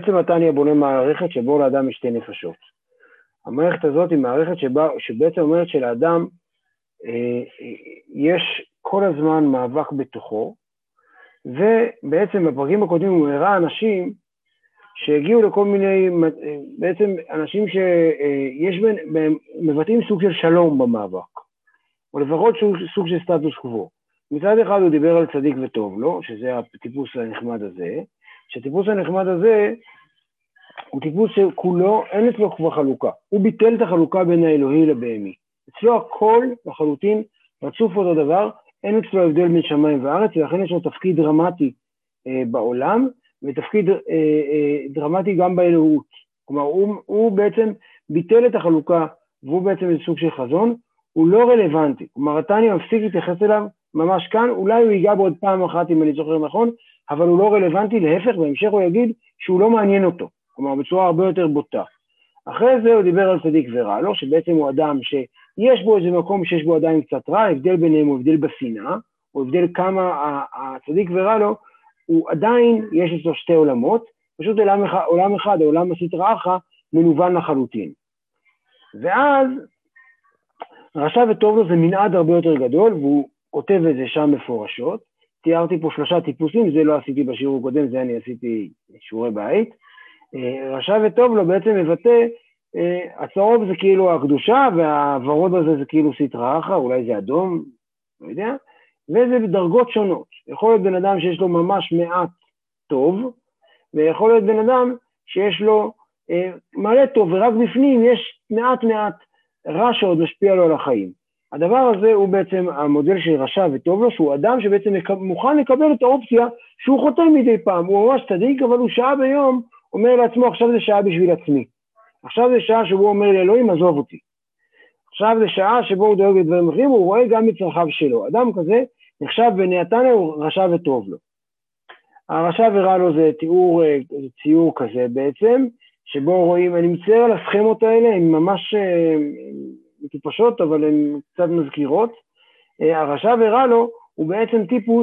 בעצם התניא בונה מערכת שבו לאדם יש שתי נפשות. המערכת הזאת היא מערכת שבעצם אומרת שלאדם יש כל הזמן מאבק בתוכו, ובעצם בפרקים הקודמים הוא הראה אנשים שהגיעו לכל מיני, בעצם אנשים שיש בהם מבטאים סוג של שלום במאבק, או לפחות סוג של סטטוס קוו. מצד אחד הוא דיבר על צדיק וטוב, לא? שזה הטיפוס הנחמד הזה, שהטיפוס הנחמד הזה הוא טיפוס שכולו, אין אצלו כבר חלוקה. הוא ביטל את החלוקה בין האלוהי לבהמי. אצלו הכל לחלוטין רצוף אותו דבר, אין אצלו הבדל בין שמיים וארץ, ולכן יש לו תפקיד דרמטי בעולם, ותפקיד דרמטי גם באלוהות. כלומר, הוא בעצם ביטל את החלוקה, והוא בעצם סוג של חזון, הוא לא רלוונטי. כלומר, התניא מפסיק להתייחס אליו ממש כאן, אולי הוא ייגע בעוד פעם אחת אם אני זוכר נכון, אבל הוא לא רלוונטי, להפך, בהמשך הוא יגיד שהוא לא מעניין אותו. כלומר, בצורה הרבה יותר בוטה. אחרי זה הוא דיבר על צדיק ורע, לא? שבעצם הוא אדם שיש בו איזה מקום שיש בו עדיין קצת רע, הבדל ביניהם הוא הבדל בשנאה, או הבדל כמה הצדיק ורע לו, הוא עדיין, יש אצלו שתי עולמות, פשוט עולם אחד, העולם עשית רעך, מנוון לחלוטין. ואז, רשע וטוב לו זה מנעד הרבה יותר גדול, והוא כותב את זה שם מפורשות, תיארתי פה 3 טיפוסים, זה לא עשיתי בשיעור הקודם, זה אני עשיתי שיעורי בית, רשע וטוב לו בעצם מבטא, הצהוב זה כאילו הקדושה, והוורוד הזה זה כאילו סטרא אחרא, אולי זה אדום, לא יודע, וזה בדרגות שונות. יכול להיות בן אדם שיש לו ממש מעט טוב, ויכול להיות בן אדם שיש לו מלא טוב, ורק בפנים יש מעט רע שעוד משפיע לו על החיים. הדבר הזה הוא בעצם המודל של רשע וטוב לו, שהוא אדם שבעצם מוכן לקבל את האופציה שהוא חותם מדי פעם, הוא ממש צדיק, אבל הוא שעה ביום אומר לעצמו, עכשיו זה שעה בשביל עצמי. עכשיו זה שעה שבו הוא אומר לאלוהים, עזוב אותי. עכשיו זה שעה שבו הוא דואג לדברים אחרים, הוא רואה גם מצרכיו שלו. אדם כזה נחשב בני התניא הוא רשע וטוב לו. הרשע ורע לו זה ציור כזה בעצם, שבו רואים, אני מצטער על הסכמות האלה, הן ממש מטופשות, אבל הן קצת מזכירות. הרשע ורע לו הוא בעצם טיפוס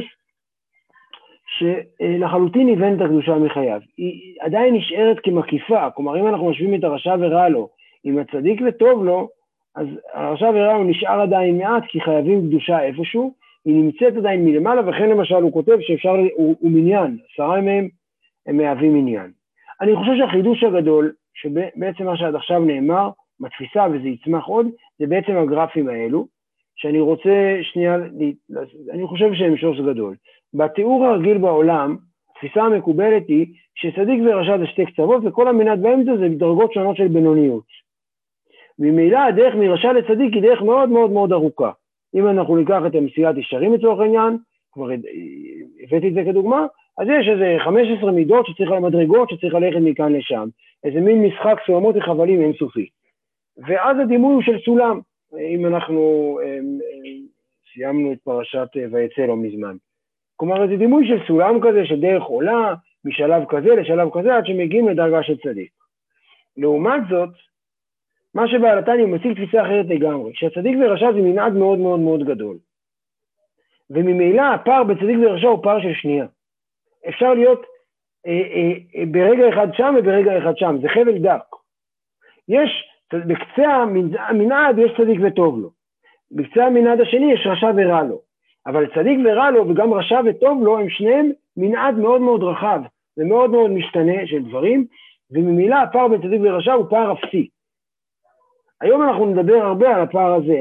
שלחלוטין איבן את הקדושה מחייו. היא עדיין נשארת כמקיפה, כלומר אם אנחנו משווים את הרשע ורע לו עם הצדיק וטוב לו, אז הרשע ורע לו נשאר עדיין מעט, כי חייבים קדושה איפשהו, היא נמצאת עדיין מלמעלה, וכן למשל הוא כותב שאפשר, הוא מניין, 10 מהם הם מהווים עניין. אני חושב שהחידוש הגדול, שבעצם מה שעד עכשיו נאמר, בתפיסה וזה יצמח עוד, זה בעצם הגרפים האלו, שאני רוצה שנייה, אני חושב שהם שוס גדול. בתיאור הרגיל בעולם, התפיסה המקובלת היא שצדיק ורשע זה שתי קצוות, וכל המנעד באמצע זה בדרגות שונות של בינוניות. ממילא הדרך מרשע לצדיק היא דרך מאוד מאוד מאוד ארוכה. אם אנחנו ניקח את המסילת ישרים לצורך העניין, כבר הבאתי את זה כדוגמה, אז יש איזה 15 מידות שצריך למדרגות, שצריך ללכת מכאן לשם. איזה מין משחק סולמות וחבלים אינסופי. ואז הדימוי הוא של סולם, אם אנחנו סיימנו את פרשת ויצא לא מזמן. כלומר, זה דימוי של סולם כזה, שדרך עולה משלב כזה לשלב כזה, עד שמגיעים לדרגה של צדיק. לעומת זאת, מה שבעל התניא הוא מציג תפיסה אחרת לגמרי, שהצדיק ורשע זה מנעד מאוד מאוד מאוד גדול. וממילא הפער בצדיק ורשע הוא פער של שנייה. אפשר להיות ברגע אחד שם וברגע אחד שם, זה חבל דק. יש, בקצה המנעד יש צדיק וטוב לו. בקצה המנעד השני יש רשע ורע לו. אבל צדיק ורע לו וגם רשע וטוב לו הם שניהם מנעד מאוד מאוד רחב ומאוד מאוד משתנה של דברים, וממילא הפער בין צדיק ורשע הוא פער אפסי. היום אנחנו נדבר הרבה על הפער הזה,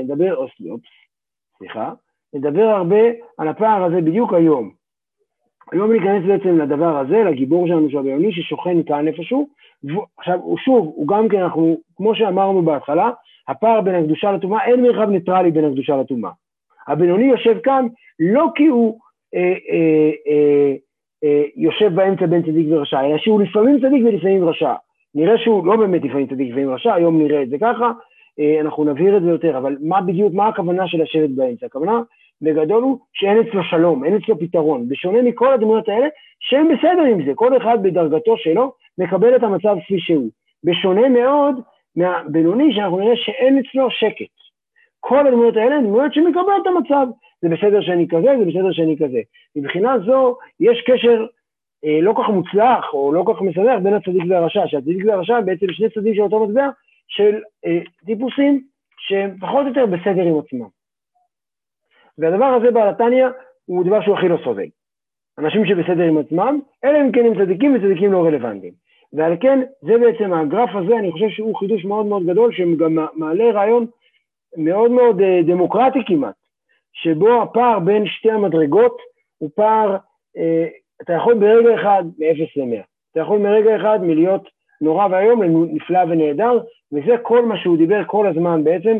נדבר הרבה על הפער הזה בדיוק היום. היום ניכנס בעצם לדבר הזה, לגיבור שלנו שהבינוני ששוכן כאן איפשהו, עכשיו הוא גם כן אנחנו, כמו שאמרנו בהתחלה, הפער בין הקדושה לטומאה, אין מרחב ניטרלי בין הקדושה לטומאה. הבינוני יושב כאן לא כי הוא יושב באמצע בין צדיק ורשע, אלא שהוא לפעמים צדיק ולפעמים רשע. נראה שהוא לא באמת לפעמים צדיק ולפעמים רשע, היום נראה את זה ככה, אנחנו נבהיר את זה יותר, אבל מה הכוונה של לשבת באמצע? הכוונה בגדול הוא שאין אצלו שלום, אין אצלו פתרון, בשונה מכל הדמויות האלה, שהם בסדר עם זה, כל אחד בדרגתו שלו מקבל את המצב כפי שהוא. בשונה מאוד מהבינוני שאנחנו נראה שאין אצלו שקט. כל הדמויות האלה הן דמויות שמקבלות את המצב, זה בסדר שאני כזה, זה בסדר שאני כזה. מבחינה זו יש קשר לא כל כך מוצלח, או לא כל כך משמח בין הצדיק והרשע, שהצדיק והרשע בעצם שני צדדים של אותו מטבע, של טיפוסים שהם פחות או יותר בסדר עם עצמם. והדבר הזה בעל התניא הוא דבר שהוא הכי לא סובל. אנשים שבסדר עם עצמם, אלה הם כן הם צדיקים וצדיקים לא רלוונטיים. ועל כן, זה בעצם הגרף הזה, אני חושב שהוא חידוש מאוד מאוד גדול, שגם מעלה רעיון מאוד מאוד דמוקרטי כמעט, שבו הפער בין שתי המדרגות הוא פער, אתה יכול ברגע אחד מ-0 ל-100. אתה יכול מרגע אחד מלהיות נורא והיום נפלא ונהדר, וזה כל מה שהוא דיבר כל הזמן בעצם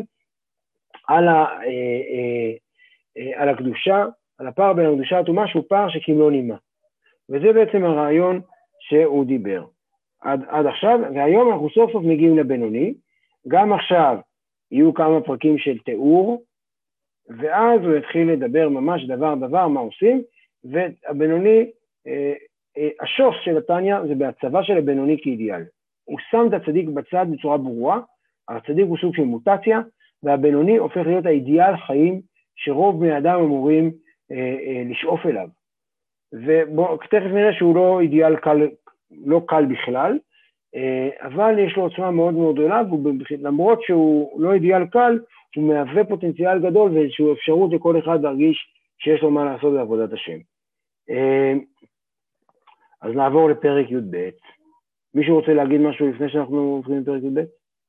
על הקדושה, על הפער בין הקדושה הטומאה, שהוא פער שכמלוא נימה. וזה בעצם הרעיון שהוא דיבר עד עכשיו, והיום אנחנו סוף סוף מגיעים לבינוני, גם עכשיו יהיו כמה פרקים של תיאור, ואז הוא יתחיל לדבר ממש דבר דבר מה עושים, והבינוני, השוס של התניא זה בהצבה של הבינוני כאידיאל. הוא שם את הצדיק בצד בצורה ברורה, הצדיק הוא סוג של מוטציה, והבינוני הופך להיות האידיאל חיים שרוב בני אדם אמורים לשאוף אליו. ותכף נראה שהוא לא אידיאל קל, לא קל בכלל, אבל יש לו עוצמה מאוד מאוד גדולה, למרות שהוא לא אידיאל קל, הוא מהווה פוטנציאל גדול ואיזושהי אפשרות לכל אחד להרגיש שיש לו מה לעשות בעבודת השם. אז נעבור לפרק י"ב. מישהו רוצה להגיד משהו לפני שאנחנו עוברים לפרק י"ב?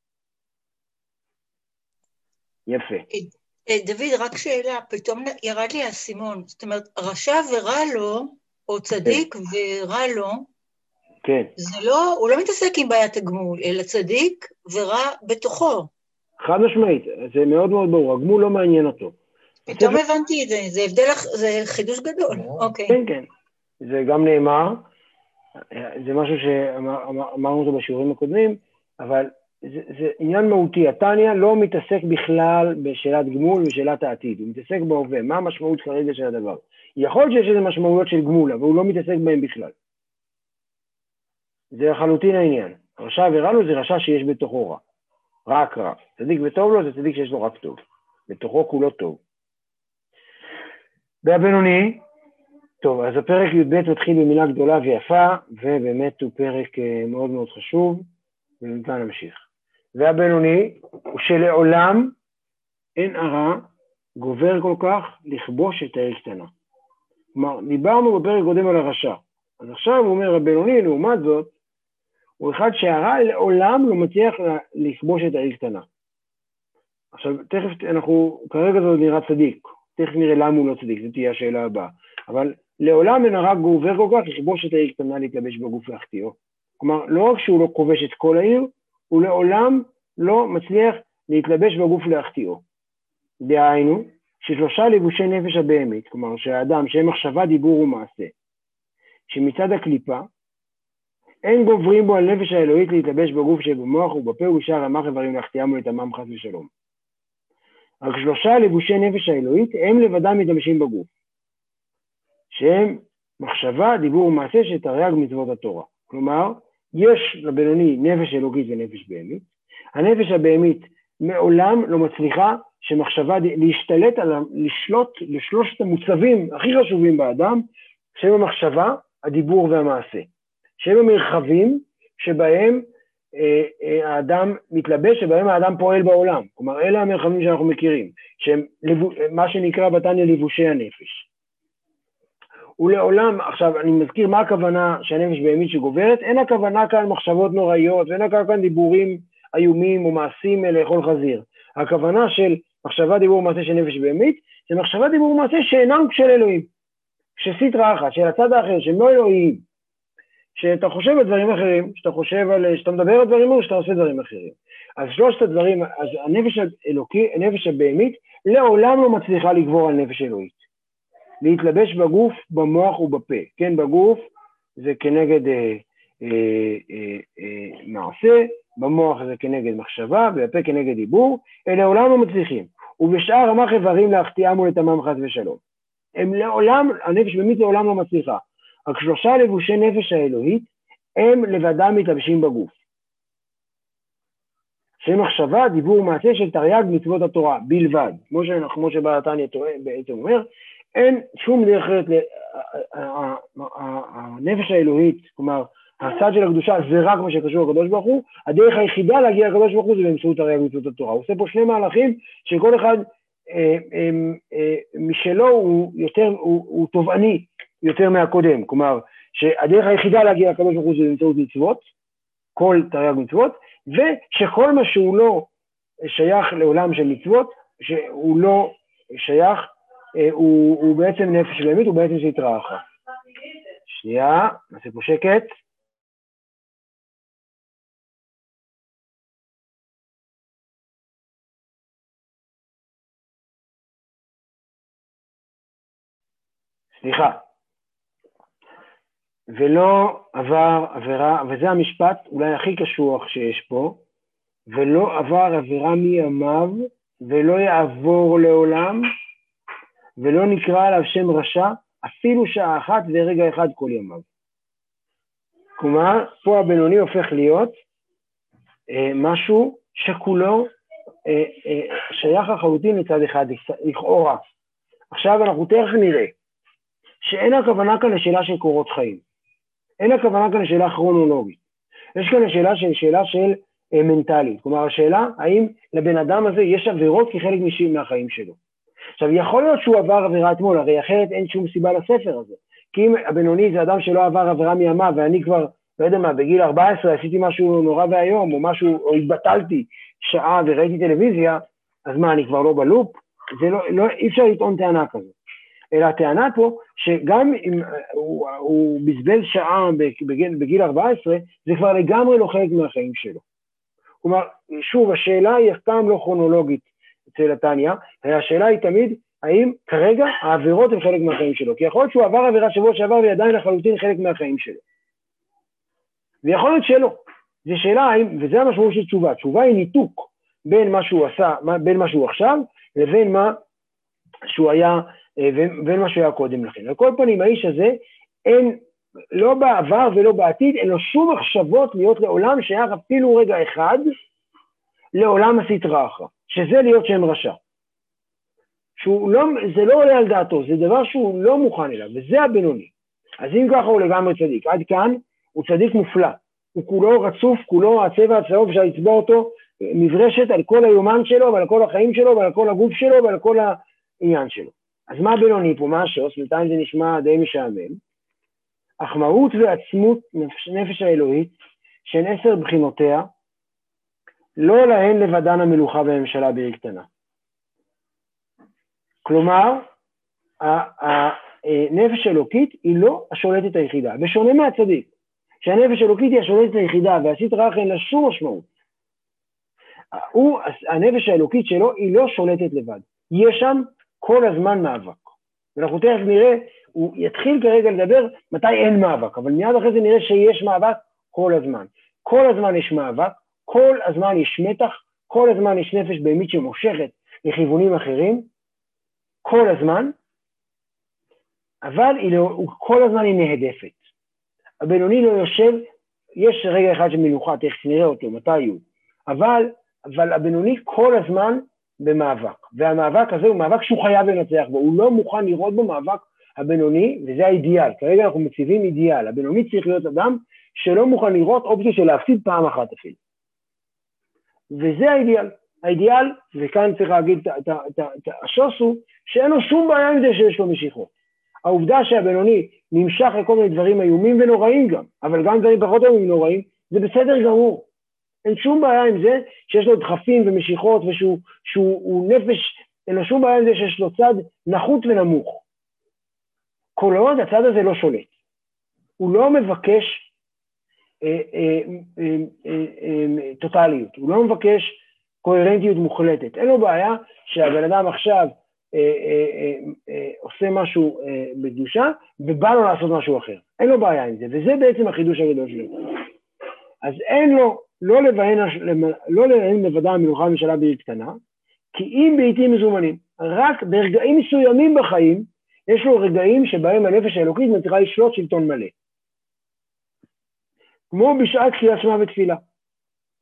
יפה. דוד, רק שאלה, פתאום ירד לי האסימון, זאת אומרת, רשע ורע לו, או צדיק ורע לו, כן. זה לא, הוא לא מתעסק עם בעיית הגמול, אלא צדיק ורע בתוכו. חד משמעית, זה מאוד מאוד ברור, הגמול לא מעניין אותו. פתאום הבנתי את זה, זה הבדל, זה חידוש גדול, אוקיי. כן, כן, זה גם נאמר, זה משהו שאמרנו אותו בשיעורים הקודמים, אבל זה עניין מהותי, התניא לא מתעסק בכלל בשאלת גמול ושאלת העתיד, הוא מתעסק בהווה, מה המשמעות כרגע של הדבר. יכול להיות שיש איזה משמעויות של גמול, אבל הוא לא מתעסק בהם בכלל. זה לחלוטין העניין. רשע ורע לו זה רשע שיש בתוכו רע, רק רע. צדיק וטוב לו זה צדיק שיש לו רק טוב, בתוכו כולו טוב. והבינוני, טוב, אז הפרק י"ב מתחיל במילה גדולה ויפה, ובאמת הוא פרק מאוד מאוד חשוב, ומכאן נמשיך. והבינוני הוא שלעולם אין הרע גובר כל כך לכבוש את העיר קטנה. כלומר, דיברנו בפרק קודם על הרשע, אז עכשיו הוא אומר הבינוני לעומת זאת, הוא אחד שהרע לעולם לא מצליח לכבוש את העיר קטנה. עכשיו, תכף אנחנו, כרגע זה נראה צדיק, תכף נראה למה הוא לא צדיק, זו תהיה השאלה הבאה, אבל לעולם אין הרע גובר כל כך לכבוש את העיר קטנה להתלבש בגוף להחטיאו. כלומר, לא רק שהוא לא כובש את כל העיר, הוא לעולם לא מצליח להתלבש בגוף להחטיאו. דהיינו, ששלושה לבושי נפש הבהמית, כלומר שהאדם שהם מחשבה, דיבור ומעשה, שמצד הקליפה, אין גוברים בו על נפש האלוהית להתלבש בגוף שבמוח ובפה ובשאר רמ"ח איברים להחטיאם ולטמאם חס ושלום. רק שלושה לבושי נפש האלוהית הם לבדם מתלבשים בגוף, שהם מחשבה, דיבור ומעשה שתרי"ג מצוות התורה. כלומר, יש לבינוני נפש אלוקית ונפש בהמית. הנפש הבהמית מעולם לא מצליחה שמחשבה להשתלט לשלוט לשלושת המוצבים הכי חשובים באדם, שהם המחשבה, הדיבור והמעשה. שהם המרחבים שבהם האדם מתלבש, שבהם האדם פועל בעולם. כלומר, אלה המרחבים שאנחנו מכירים, שהם מה שנקרא בתניא לבושי הנפש. ולעולם, עכשיו אני מזכיר מה הכוונה שהנפש בהמית שגוברת, אין הכוונה כאן מחשבות נוראיות, ואין הכוונה כאן דיבורים איומים או מעשים לאכול חזיר. הכוונה של מחשבה, דיבור ומעשה של נפש בהמית, זה מחשבה, דיבור ומעשה שאינם של אלוהים, שסטרא אחת, של הצד האחר, שהם לא אלוהיים, שאתה חושב על דברים אחרים, שאתה מדבר על דברים אחרים, שאתה עושה דברים אחרים. אז שלושת הדברים, אז הנפש האלוקי, הנפש הבהמית, לעולם לא מצליחה לגבור על נפש אלוהית. להתלבש בגוף, במוח ובפה. כן, בגוף זה כנגד מעשה, במוח זה כנגד מחשבה, ובפה כנגד דיבור, אלה לעולם לא מצליחים. ובשאר רמ"ח איברים להחטיאם ולטמאם חס ושלום. הם לעולם, הנפש הבהמית לעולם לא מצליחה. רק שלושה לבושי נפש האלוהית, הם לבדם מתלבשים בגוף. שהם מחשבה, דיבור ומעשה של תרי"ג מצוות התורה, בלבד. כמו שבעל התניא בעצם אומר, אין שום דרך אחרת, הנפש האלוהית, כלומר, הצד של הקדושה זה רק מה שקשור לקדוש ברוך הוא, הדרך היחידה להגיע לקדוש ברוך הוא זה באמצעות הרי מצוות התורה. הוא עושה פה שני מהלכים שכל אחד משלו הוא תובעני יותר מהקודם, כלומר, שהדרך היחידה להגיע לקדוש ברוך הוא זה באמצעות מצוות, כל תרי"ג מצוות, ושכל מה שהוא לא שייך לעולם של מצוות, שהוא לא שייך, הוא בעצם נפש בהמית, הוא בעצם סטרא אחרא. שנייה, נעשה פה שקט. סליחה. ולא עבר עבירה, וזה המשפט אולי הכי קשוח שיש פה, ולא עבר עבירה מימיו, ולא יעבור לעולם, ולא נקרא עליו שם רשע, אפילו שעה אחת ורגע אחד כל ימיו. כלומר, פה הבינוני הופך להיות משהו שכולו שייך לחלוטין לצד אחד, לכאורה. עכשיו אנחנו תכף נראה שאין הכוונה כאן לשאלה של קורות חיים. אין הכוונה כאן לשאלה כרונולוגית. יש כאן שאלה של מנטלית. כלומר, השאלה האם לבן אדם הזה יש עבירות כחלק מהחיים שלו. עכשיו, יכול להיות שהוא עבר עבירה אתמול, הרי אחרת אין שום סיבה לספר הזה. כי אם הבינוני זה אדם שלא עבר עבירה מימיו, ואני כבר, לא יודע מה, בגיל 14 עשיתי משהו נורא והיום, או משהו, או התבטלתי שעה וראיתי טלוויזיה, אז מה, אני כבר לא בלופ? זה לא, אי אפשר לטעון טענה כזאת. אלא הטענה פה, שגם אם הוא בזבז שעה בגיל 14, זה כבר לגמרי לא חלק מהחיים שלו. כלומר, שוב, השאלה היא אף פעם לא כרונולוגית אצל התניא, השאלה היא תמיד, האם כרגע העבירות הן חלק מהחיים שלו? כי יכול להיות שהוא עבר עבירה שבוע שעבר, ועדיין לחלוטין חלק מהחיים שלו. ויכול להיות שלא. זו שאלה האם, וזה המשמעות של תשובה. תשובה היא ניתוק בין מה שהוא עשה, בין מה שהוא עכשיו, לבין מה שהוא היה, ובין מה שהוא היה קודם לכן. על כל פנים, האיש הזה, אין, לא בעבר ולא בעתיד, אין לו שום מחשבות להיות לעולם שייך אפילו רגע אחד, לעולם הסטרא אחרא, שזה להיות שם רשע. זה לא עולה על דעתו, זה דבר שהוא לא מוכן אליו, וזה הבינוני. אז אם ככה הוא לגמרי צדיק. עד כאן הוא צדיק מופלא. הוא כולו רצוף, כולו הצבע הצהוב שהצבע אותו מברשת על כל היומן שלו, ועל כל החיים שלו, ועל כל הגוף שלו, ועל כל העניין שלו. אז מה הבינוני פה? מה השוס? בינתיים זה נשמע די משעמם. אך מהות ועצמות נפש האלוהית, שהן 10 בחינותיה, לא להן לבדן המלוכה והממשלה בעיר קטנה. כלומר, הנפש האלוקית היא לא השולטת היחידה, בשונה מהצדיק, שהנפש האלוקית היא השולטת היחידה, והסטרא אחרא אין לה שום משמעות. הנפש האלוקית שלו היא לא שולטת לבד, יש שם כל הזמן מאבק. ואנחנו תכף נראה, הוא יתחיל כרגע לדבר מתי אין מאבק, אבל מיד אחרי זה נראה שיש מאבק כל הזמן. כל הזמן יש מאבק, כל הזמן יש מתח, כל הזמן יש נפש בהמית שמושכת לכיוונים אחרים, כל הזמן, אבל כל הזמן היא נהדפת. הבינוני לא יושב, יש רגע אחד של מנוחה, תכף נראה אותו, מתי הוא, אבל הבינוני כל הזמן במאבק, והמאבק הזה הוא מאבק שהוא חייב לנצח בו, הוא לא מוכן לראות בו מאבק הבינוני, וזה האידיאל, כרגע אנחנו מציבים אידיאל, הבינוני צריך להיות אדם שלא מוכן לראות אופציה של להפסיד פעם אחת אפילו. וזה האידיאל. האידיאל, וכאן צריך להגיד את השוס הוא, שאין לו שום בעיה עם זה שיש לו משיכות. העובדה שהבינוני נמשך לכל מיני דברים איומים ונוראים גם, אבל גם דברים פחות איומים ונוראים, זה בסדר גמור. אין שום בעיה עם זה שיש לו דחפים ומשיכות ושהוא נפש, אין לו שום בעיה עם זה שיש לו צד נחות ונמוך. כל עוד הצד הזה לא שולט. הוא לא מבקש טוטליות, הוא לא מבקש קוהרנטיות מוחלטת. אין לו בעיה שהבן אדם עכשיו עושה משהו בקדושה ובא לו לעשות משהו אחר. אין לו בעיה עם זה, וזה בעצם החידוש הגדול שלו. אז אין לו, לא להן לבדה המלוכה והממשלה בעיר קטנה, כי אם בעתים מזומנים, רק ברגעים מסוימים בחיים, יש לו רגעים שבהם הנפש האלוקית מצליחה לשלוט שלטון מלא. כמו בשעת קריאת שמע ותפילה.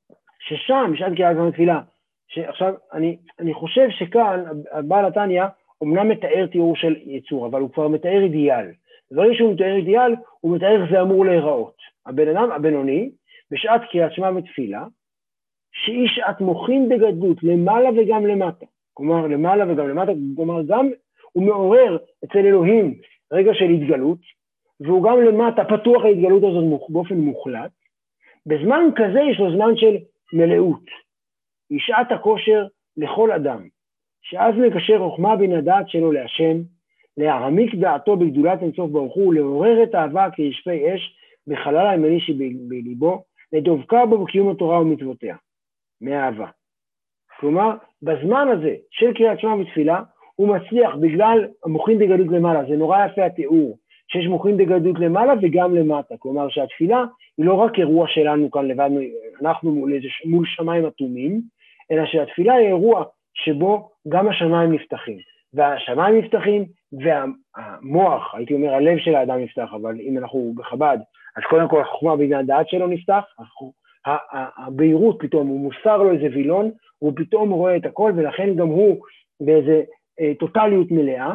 ששם, בשעת קריאת שמע ותפילה, שעכשיו אני חושב שכאן, בעל התניא אומנם מתאר תיאור של יצור, אבל הוא כבר מתאר אידיאל. ברגע שהוא מתאר אידיאל, הוא מתאר איך זה אמור להיראות. הבן אדם הבינוני, בשעת קריאת שמע ותפילה, שהיא שעת מוחין בגדלות, למעלה וגם למטה. כלומר, למעלה וגם למטה, כלומר, גם הוא מעורר אצל אלוהים רגע של התגלות, והוא גם למטה פתוח ההתגלות הזאת באופן מוחלט. בזמן כזה יש לו זמן של מלאות. היא שעת הכושר לכל אדם, שאז מקשר חוכמה בין הדעת שלו להשם, להעמיק דעתו בגדולת אינסוף ברוך הוא, לעורר את האהבה כרשפי אש בחלל הימני שבליבו, לדבקה בו בקיום התורה ומצוותיה, מאהבה. כלומר, בזמן הזה של קריאת שמע ותפילה, הוא מצליח בגלל המוחין דגדלות למעלה, זה נורא יפה התיאור, שיש מוחין דגדלות למעלה וגם למטה, כלומר שהתפילה היא לא רק אירוע שלנו כאן לבד, אנחנו מול שמיים אטומים, אלא שהתפילה היא אירוע שבו גם השמיים נפתחים, והשמיים נפתחים והמוח, הייתי אומר הלב של האדם נפתח, אבל אם אנחנו בחב"ד, אז קודם כל החוכמה בין הדעת שלו נפתח, הבהירות פתאום, הוא מוסר לו איזה וילון, הוא פתאום רואה את הכל, ולכן גם הוא באיזה טוטליות מלאה,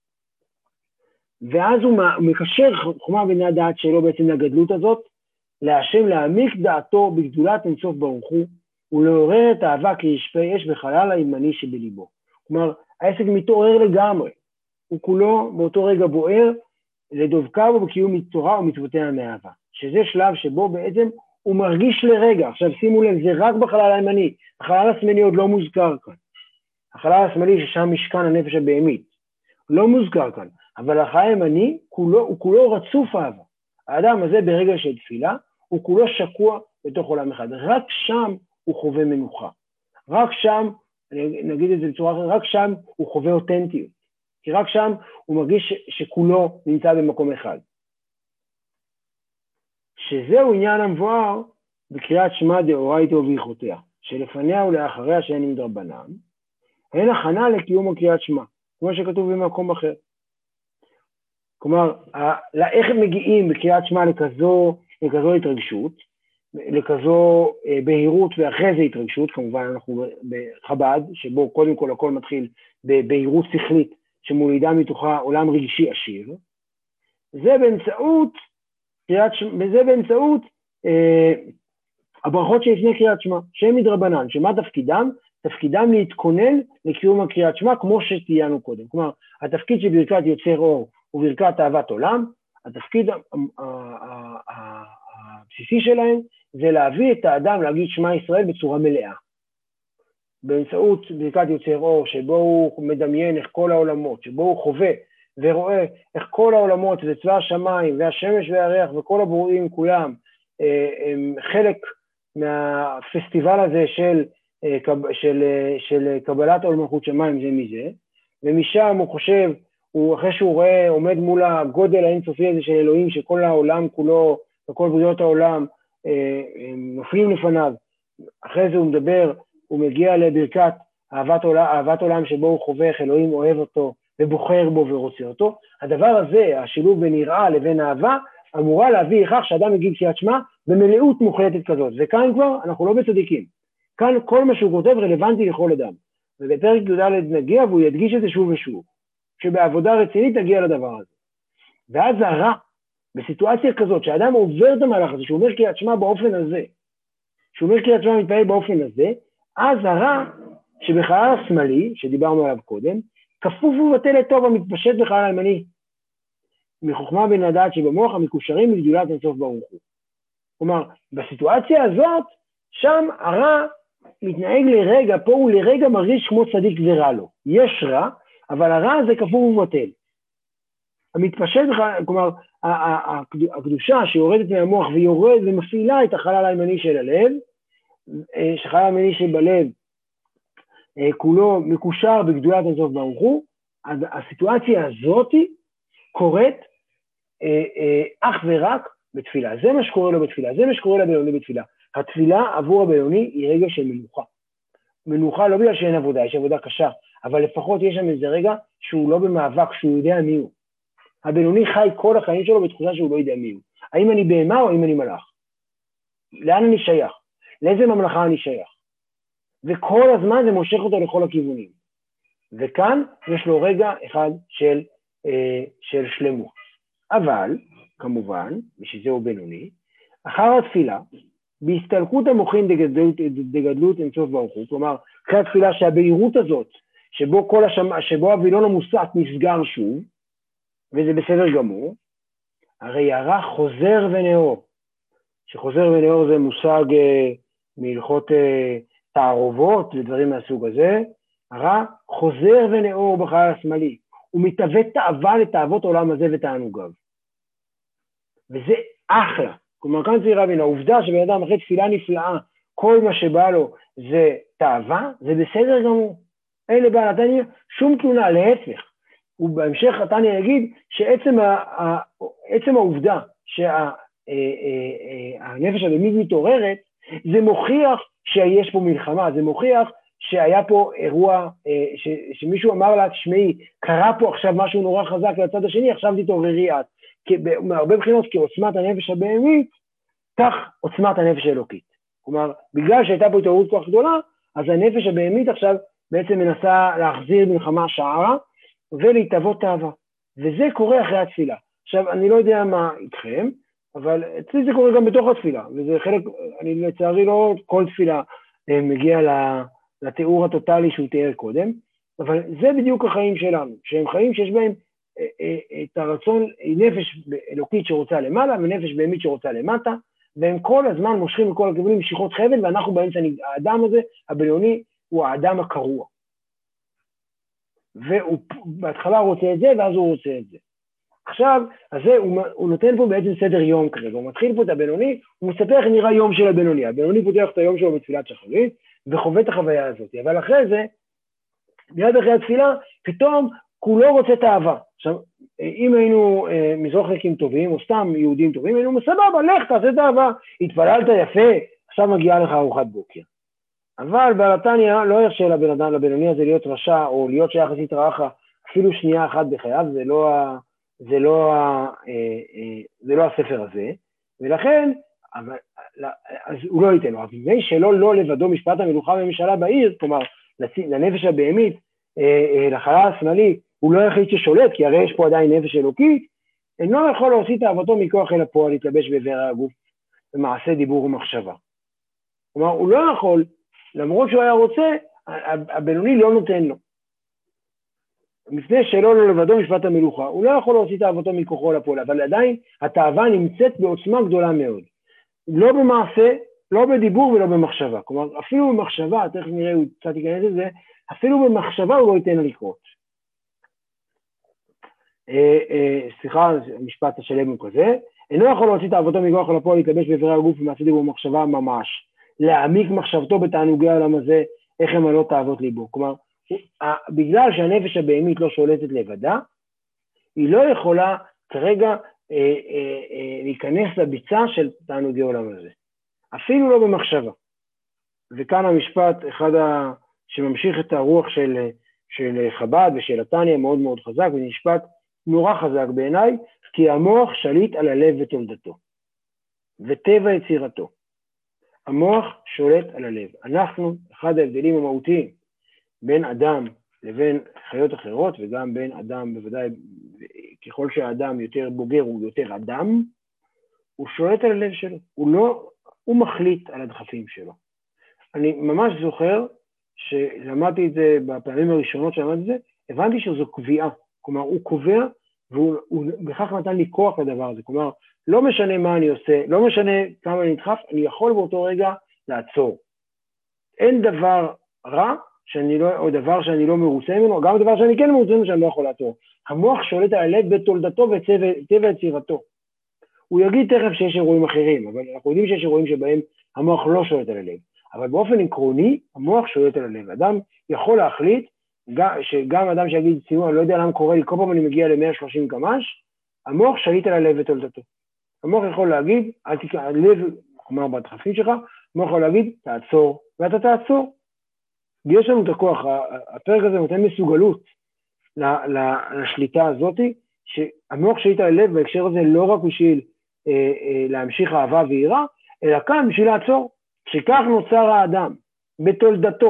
ואז הוא מקשר חוכמה בין הדעת שלו בעצם לגדלות הזאת, להשם להעמיק דעתו בגדולת אינסוף ברוך הוא, ולעורר את האהבה כרשפי אש בחלל הימני שבליבו. כלומר, העסק מתעורר לגמרי, הוא כולו באותו רגע בוער, לדבקה בו בקיום תורה ומצוותיה מאהבה, שזה שלב שבו בעצם הוא מרגיש לרגע, עכשיו שימו לב, זה רק בחלל הימני, החלל השמאלי עוד לא מוזכר כאן, החלל השמאלי ששם משכן הנפש הבהמית, לא מוזכר כאן, אבל החלל הימני הוא כולו רצוף אהבה, האדם הזה ברגע של תפילה, הוא כולו שקוע בתוך עולם אחד, רק שם הוא חווה מנוחה, רק שם, נגיד את זה בצורה אחרת, רק שם הוא חווה אותנטיות, כי רק שם הוא מרגיש שכולו נמצא במקום אחד. שזהו עניין המבואר בקריאת שמע דאורייתא ובהלכותיה, שלפניה ולאחריה שאין עם דרבנן, הן הכנה לקיום הקריאת שמע, כמו שכתוב במקום אחר. כלומר, איך הם מגיעים בקריאת שמע לכזו התרגשות, לכזו בהירות ואחרי זה התרגשות, כמובן אנחנו בחב"ד, שבו קודם כל הכל מתחיל בבהירות שכלית, שמולידה מתוכה עולם רגשי עשיר, זה באמצעות הברכות שלפני קריאת שמע, שהם מדרבנן, שמה תפקידם? תפקידם להתכונן לקיום הקריאת שמע, כמו שתהיינו קודם. כלומר, התפקיד של ברכת יוצר אור וברכת אהבת עולם, התפקיד הבסיסי שלהם זה להביא את האדם להגיד שמע ישראל בצורה מלאה. באמצעות ברכת יוצר אור, שבו הוא מדמיין איך כל העולמות, שבו הוא חווה ורואה איך כל העולמות וצבא השמיים והשמש והירח וכל הברואים כולם הם חלק מהפסטיבל הזה של קבלת עול מלכות שמיים זה מזה, ומשם הוא חושב, אחרי שהוא רואה, עומד מול הגודל האינסופי הזה של אלוהים, שכל העולם כולו וכל בריאות העולם נופלים לפניו, אחרי זה הוא מדבר, הוא מגיע לברכת אהבת עולם שבו הוא חווה איך אלוהים אוהב אותו ובוחר בו ורוצה אותו. הדבר הזה, השילוב בין יראה לבין אהבה, אמורה להביא לכך שאדם יגיד קריאת שמע במלאות מוחלטת כזאת, וכאן כבר אנחנו לא בצדיקים, כאן כל מה שהוא כותב רלוונטי לכל אדם, ובפרק י"ד נגיע והוא ידגיש את זה שוב ושוב, שבעבודה רצינית נגיע לדבר הזה. ואז הרע, בסיטואציה כזאת, שאדם עובר את המהלך הזה, שהוא אומר קריאת שמע באופן הזה, שהוא אומר קריאת שמע מתפעל באופן הזה, אז הרע שבחלל השמאלי, שדיברנו עליו קודם, כפוף ובטל לטוב המתפשט בחלל הימני, מחוכמה בין הדעת שבמוח המקושרים לגדולת אינסוף ברוך הוא. כלומר, בסיטואציה הזאת, שם הרע מתנהג לרגע, פה הוא לרגע מרגיש כמו צדיק ורע לו. יש רע, אבל הרע הזה כפוף ובטל. המתפשט, כלומר, הקדושה שיורדת מהמוח ויורד ומפעילה את החלל הימני של הלב, שהחלל הימני שבלב כולו מקושר בגדולת אינסוף ברוך הוא, הסיטואציה הזאת קורית אך ורק בתפילה. זה מה שקורה לו בתפילה, זה מה שקורה לבינוני בתפילה. התפילה עבור הבינוני היא רגע של מנוחה. מנוחה לא בגלל שאין עבודה, יש עבודה קשה, אבל לפחות יש שם איזה רגע שהוא לא במאבק, שהוא יודע מי הוא. הבינוני חי כל החיים שלו בתחושה שהוא לא יודע מי הוא. האם אני בהמה או האם אני מלאך? לאן אני שייך? לאיזה ממלכה אני שייך? וכל הזמן זה מושך אותו לכל הכיוונים. וכאן יש לו רגע אחד של שלמות. אבל, כמובן, בשביל זה הוא בינוני, אחר התפילה, בהסתלקות המוחין דגדלות אינסוף ברוך הוא, כלומר, אחרי התפילה שהבהירות הזאת, שבו הווילון המוסת נסגר שוב, וזה בסדר גמור, הרי הרע חוזר ונאור. שחוזר ונאור זה מושג מהלכות תערובות ודברים מהסוג הזה, הרע חוזר ונאור בחלל השמאלי, הוא מתהווה תאווה לתאוות עולם הזה ותענוגיו. וזה אחלה. כלומר, כאן צריך להבין, העובדה שבן אדם אחרי תפילה נפלאה, כל מה שבא לו זה תאווה, זה בסדר גמור. אין לבעל התניא שום תלונה, להפך. ובהמשך התניא יגיד שעצם העובדה שהנפש הבהמית מתעוררת, זה מוכיח שיש פה מלחמה, זה מוכיח שהיה פה אירוע, שמישהו אמר לה, תשמעי, קרה פה עכשיו משהו נורא חזק לצד השני, עכשיו תתעוררי את. מהרבה בחינות, כעוצמת הנפש הבהמית, כך עוצמת הנפש האלוקית. כלומר, בגלל שהייתה פה התעוררות כוח גדולה, אז הנפש הבהמית עכשיו בעצם מנסה להחזיר מלחמה שערה, ולהתאבות תאווה. וזה קורה אחרי התפילה. עכשיו, אני לא יודע מה איתכם, אבל אצלי זה קורה גם בתוך התפילה, וזה חלק, אני לצערי לא כל תפילה מגיע לתיאור הטוטלי שהוא תיאר קודם, אבל זה בדיוק החיים שלנו, שהם חיים שיש בהם את הרצון, נפש אלוקית שרוצה למעלה, ונפש בהמית שרוצה למטה, והם כל הזמן מושכים מכל הכיוונים משיכות חבל, ואנחנו באמצע, האדם הזה, הבינוני, הוא האדם הקרוע. והוא בהתחלה רוצה את זה, ואז הוא רוצה את זה. עכשיו, אז זה, הוא נותן פה בעצם סדר יום כרגע, הוא מתחיל פה את הבינוני, הוא מספר איך נראה יום של הבינוני, הבינוני פותח את היום שלו בתפילת שחרית, וחווה את החוויה הזאת, אבל אחרי זה, מיד אחרי התפילה, פתאום כולו רוצה תאווה. עכשיו, אם היינו מזרוחניקים טובים, או סתם יהודים טובים, היינו סבבה, לך תעשה תאווה, התפללת יפה, עכשיו מגיעה לך ארוחת בוקר. אבל בעל התניא לא ירשה לבן אדם, לבינוני הזה להיות רשע, או להיות שיחסית רעך, אפילו שנייה אחת בחייו, זה לא הספר הזה, ולכן, אז הוא לא ייתן לו, אבל מי שלא לא לבדו משפט המלוכה וממשלה בעיר, כלומר, לנפש הבהמית, לחלל השמאלי, הוא לא היחיד ששולט, כי הרי יש פה עדיין נפש אלוקית, אינו יכול להוציא תאוותו מכוח אל הפועל, להתלבש באיבר הגוף, במעשה דיבור ומחשבה. כלומר, הוא לא יכול, למרות שהוא היה רוצה, הבינוני לא נותן לו. לפני שלא לא לבדו משפט המלוכה, הוא לא יכול להוציא תאוותו מכוחו לפועל, אבל עדיין התאווה נמצאת בעוצמה גדולה מאוד. לא במעשה, לא בדיבור ולא במחשבה. כלומר, אפילו במחשבה, תכף נראה, הוא קצת ייכנס לזה, אפילו במחשבה הוא לא ייתן לה לקרות. סליחה, המשפט השלם הוא כזה, אינו יכול להוציא תאוותו מכוח לפועל, להתלבש באיברי הגוף ומעשה דיבור ומחשבה ממש, להעמיק מחשבתו בתענוגי העולם הזה, איך הם עלות תאוות ליבו. כלומר, בגלל שהנפש הבהמית לא שולטת לבדה, היא לא יכולה כרגע להיכנס לביצה של תענוגי העולם הזה. אפילו לא במחשבה. וכאן המשפט, אחד שממשיך את הרוח של חב"ד ושל התניא מאוד מאוד חזק, ונשפט נורא חזק בעיניי, כי המוח שליט על הלב ותולדתו, וטבע יצירתו. המוח שולט על הלב. אנחנו, אחד ההבדלים המהותיים, בין אדם לבין חיות אחרות, וגם בין אדם בוודאי, ככל שהאדם יותר בוגר הוא יותר אדם, הוא שולט על הלב שלו, הוא מחליט על הדחפים שלו. אני ממש זוכר שלמדתי את זה בפעמים הראשונות שלמדתי את זה, הבנתי שזו קביעה, כלומר הוא קובע, והוא בכך נתן לי כוח לדבר הזה, כלומר לא משנה מה אני עושה, לא משנה כמה אני נדחף, אני יכול באותו רגע לעצור. אין דבר רע, או דבר שאני לא מרוצה ממנו, גם דבר שאני כן מרוצה ממנו שאני לא יכול לעצור. המוח שולט על הלב בתולדתו וטבע יצירתו. הוא יגיד תכף שיש אירועים אחרים, אבל אנחנו יודעים שיש אירועים שבהם המוח לא שולט על הלב. אבל באופן עקרוני, המוח שולט על הלב. אדם יכול להחליט, שגם אדם שיגיד, סימון, אני לא יודע למה קורה לי, כל פעם אני מגיע ל-130 קמ"ש, המוח שליט על הלב ותולדתו. המוח יכול להגיד, הלב, כלומר בדחפים שלך, המוח יכול להגיד, תעצור, ואתה תעצור. יש לנו את הכוח, הפרק הזה נותן מסוגלות לשליטה הזאת, שהמוח שליט על הלב בהקשר הזה לא רק בשביל להמשיך אהבה ויראה, אלא כאן בשביל לעצור, שכך נוצר האדם, בתולדתו,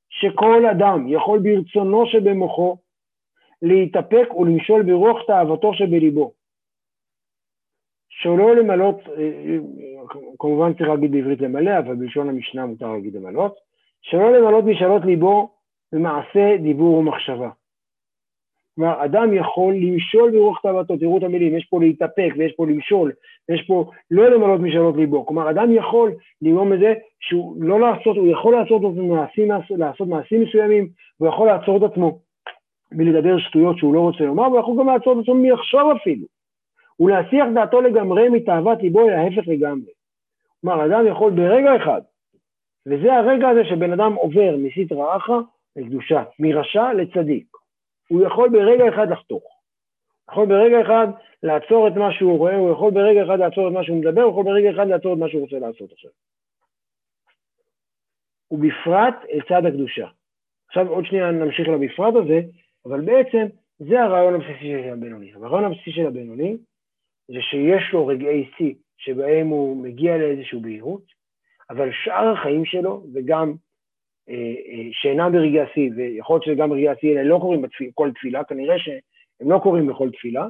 שכל אדם יכול ברצונו שבמוחו להתאפק ולמשול ברוח תאוותו שבליבו. שלא למלות, כמובן צריך להגיד בעברית למלא, אבל בלשון המשנה מותר להגיד למלות, שלא למלות משאלות ליבו במעשה, דיבור ומחשבה. כלומר, אדם יכול למשול ברוח תאוותו, תראו את המילים, יש פה להתאפק ויש פה למשול, ויש פה לא למלות משאלות ליבו. כלומר, אדם יכול לגרום לזה שהוא לא לעשות, הוא יכול לעשות מעשים מסוימים, הוא יכול לעצור את עצמו מלדבר שטויות שהוא לא רוצה לומר, הוא יכול גם לעצור את עצמו מלחשוב אפילו. ולהסיח דעתו לגמרי מתאוות ליבו, להפך לגמרי. כלומר, אדם יכול ברגע אחד, וזה הרגע הזה שבן אדם עובר מסטרא אחרא לקדושה, מרשע לצדיק. הוא יכול ברגע אחד לחתוך. הוא יכול ברגע אחד לעצור את מה שהוא רואה, הוא יכול ברגע אחד לעצור את מה שהוא מדבר, הוא יכול ברגע אחד לעצור את מה שהוא רוצה לעשות עכשיו. ובפרט אל צד הקדושה. עכשיו עוד שנייה נמשיך לבפרט הזה, אבל בעצם זה הרעיון הבסיסי של הבינוני. הרעיון הבסיסי של הבינוני זה שיש לו רגעי שיא שבהם הוא מגיע לאיזשהו בהירות, אבל שאר החיים שלו, וגם שאינם ברגעי השיא, ויכול להיות שגם ברגעי השיא האלה לא קוראים בכל תפילה, כנראה שהם לא קוראים בכל תפילה,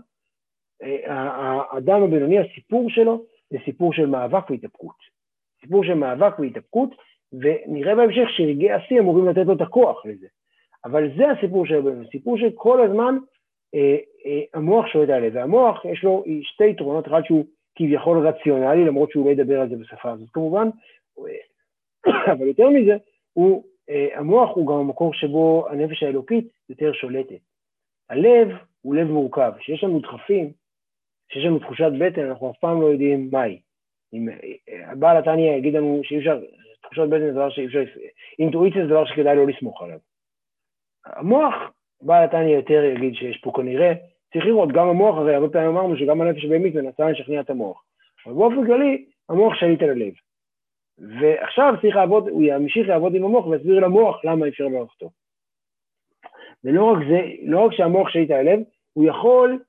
האדם הבינוני, הסיפור שלו, זה סיפור של מאבק והתאפקות. סיפור של מאבק והתאפקות, ונראה בהמשך שרגעי השיא אמורים לתת לו את הכוח לזה. אבל זה הסיפור של הבינוני, סיפור שכל הזמן המוח שולט עליו, והמוח יש לו שתי יתרונות, אחד שהוא כביכול רציונלי, למרות שהוא לא ידבר על זה בשפה הזאת כמובן, אבל יותר מזה, המוח הוא גם המקור שבו הנפש האלוקית יותר שולטת. הלב הוא לב מורכב, שיש לנו דחפים, שיש לנו תחושת בטן, אנחנו אף פעם לא יודעים מהי. הבעל התניא יגיד לנו שאי אפשר, תחושת בטן זה דבר שאי אפשר, אינטואיציה זה דבר שכדאי לא לסמוך עליו. המוח, בעל התניא יותר יגיד שיש פה כנראה, צריך לראות גם המוח, הרי הרבה פעמים אמרנו שגם הנפש הבהמית מנסה לשכנע את המוח. אבל באופן כללי, המוח שליט על הלב. ועכשיו צריך לעבוד, הוא ימשיך לעבוד עם המוח ויסביר למוח למה אפשר לעבודתו. ולא רק זה, לא רק שהמוח שליט על הלב, הוא יכול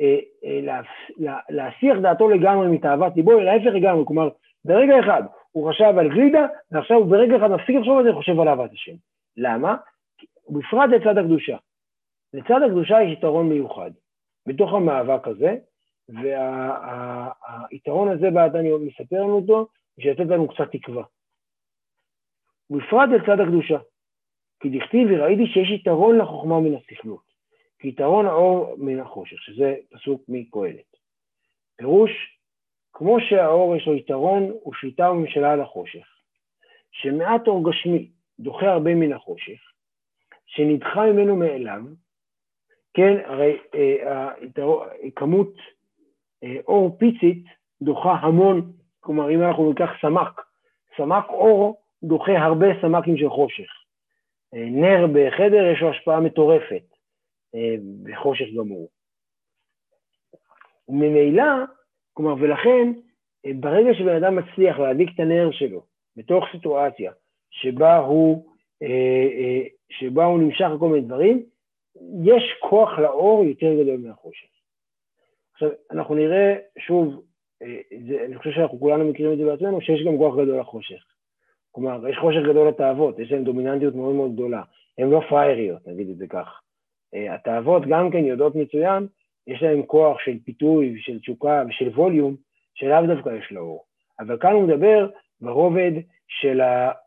להסיח דעתו לגמרי מתאוות ליבו, אלא ההפך לגמרי, כלומר, ברגע אחד הוא חשב על גלידה, ועכשיו הוא ברגע אחד מפסיק לחשוב על זה, חושב על אהבת השם. למה? ובפרט לצד הקדושה. לצד הקדושה יש יתרון מיוחד. בתוך המאבק הזה, והיתרון הזה בעד אני מספר לנו אותו, שיתת לנו קצת תקווה. ובפרט לצד הקדושה. כי דכתיב וראיתי שיש יתרון לחוכמה מן הסכלות. כי יתרון האור מן החושך, שזה פסוק מקהלת. פירוש, כמו שהאור יש לו יתרון ושליטה וממשלה על החושך, שמעט אור גשמי דוחה הרבה מן החושך, שנדחה ממנו מאליו, כן, הרי כמות אור פיצית דוחה המון, כלומר אם אנחנו ניקח סמק אור דוחה הרבה סמקים של חושך. נר בחדר יש לו השפעה מטורפת בחושך גמור. וממילא, כלומר ולכן, ברגע שבן אדם מצליח להדליק את הנר שלו, בתוך סיטואציה שבה הוא נמשך לכל מיני דברים, יש כוח לאור יותר גדול מהחושך. עכשיו, אנחנו נראה שוב, אני חושב שאנחנו כולנו מכירים את זה בעצמנו, שיש גם כוח גדול לחושך. כלומר, יש חושך גדול לתאוות, יש להם דומיננטיות מאוד מאוד גדולה. הן לא פרייריות, נגיד את זה כך. התאוות גם כן יודעות מצוין, יש להם כוח של פיתוי, של תשוקה ושל ווליום, שלאו דווקא יש לאור. אבל כאן הוא מדבר ברובד של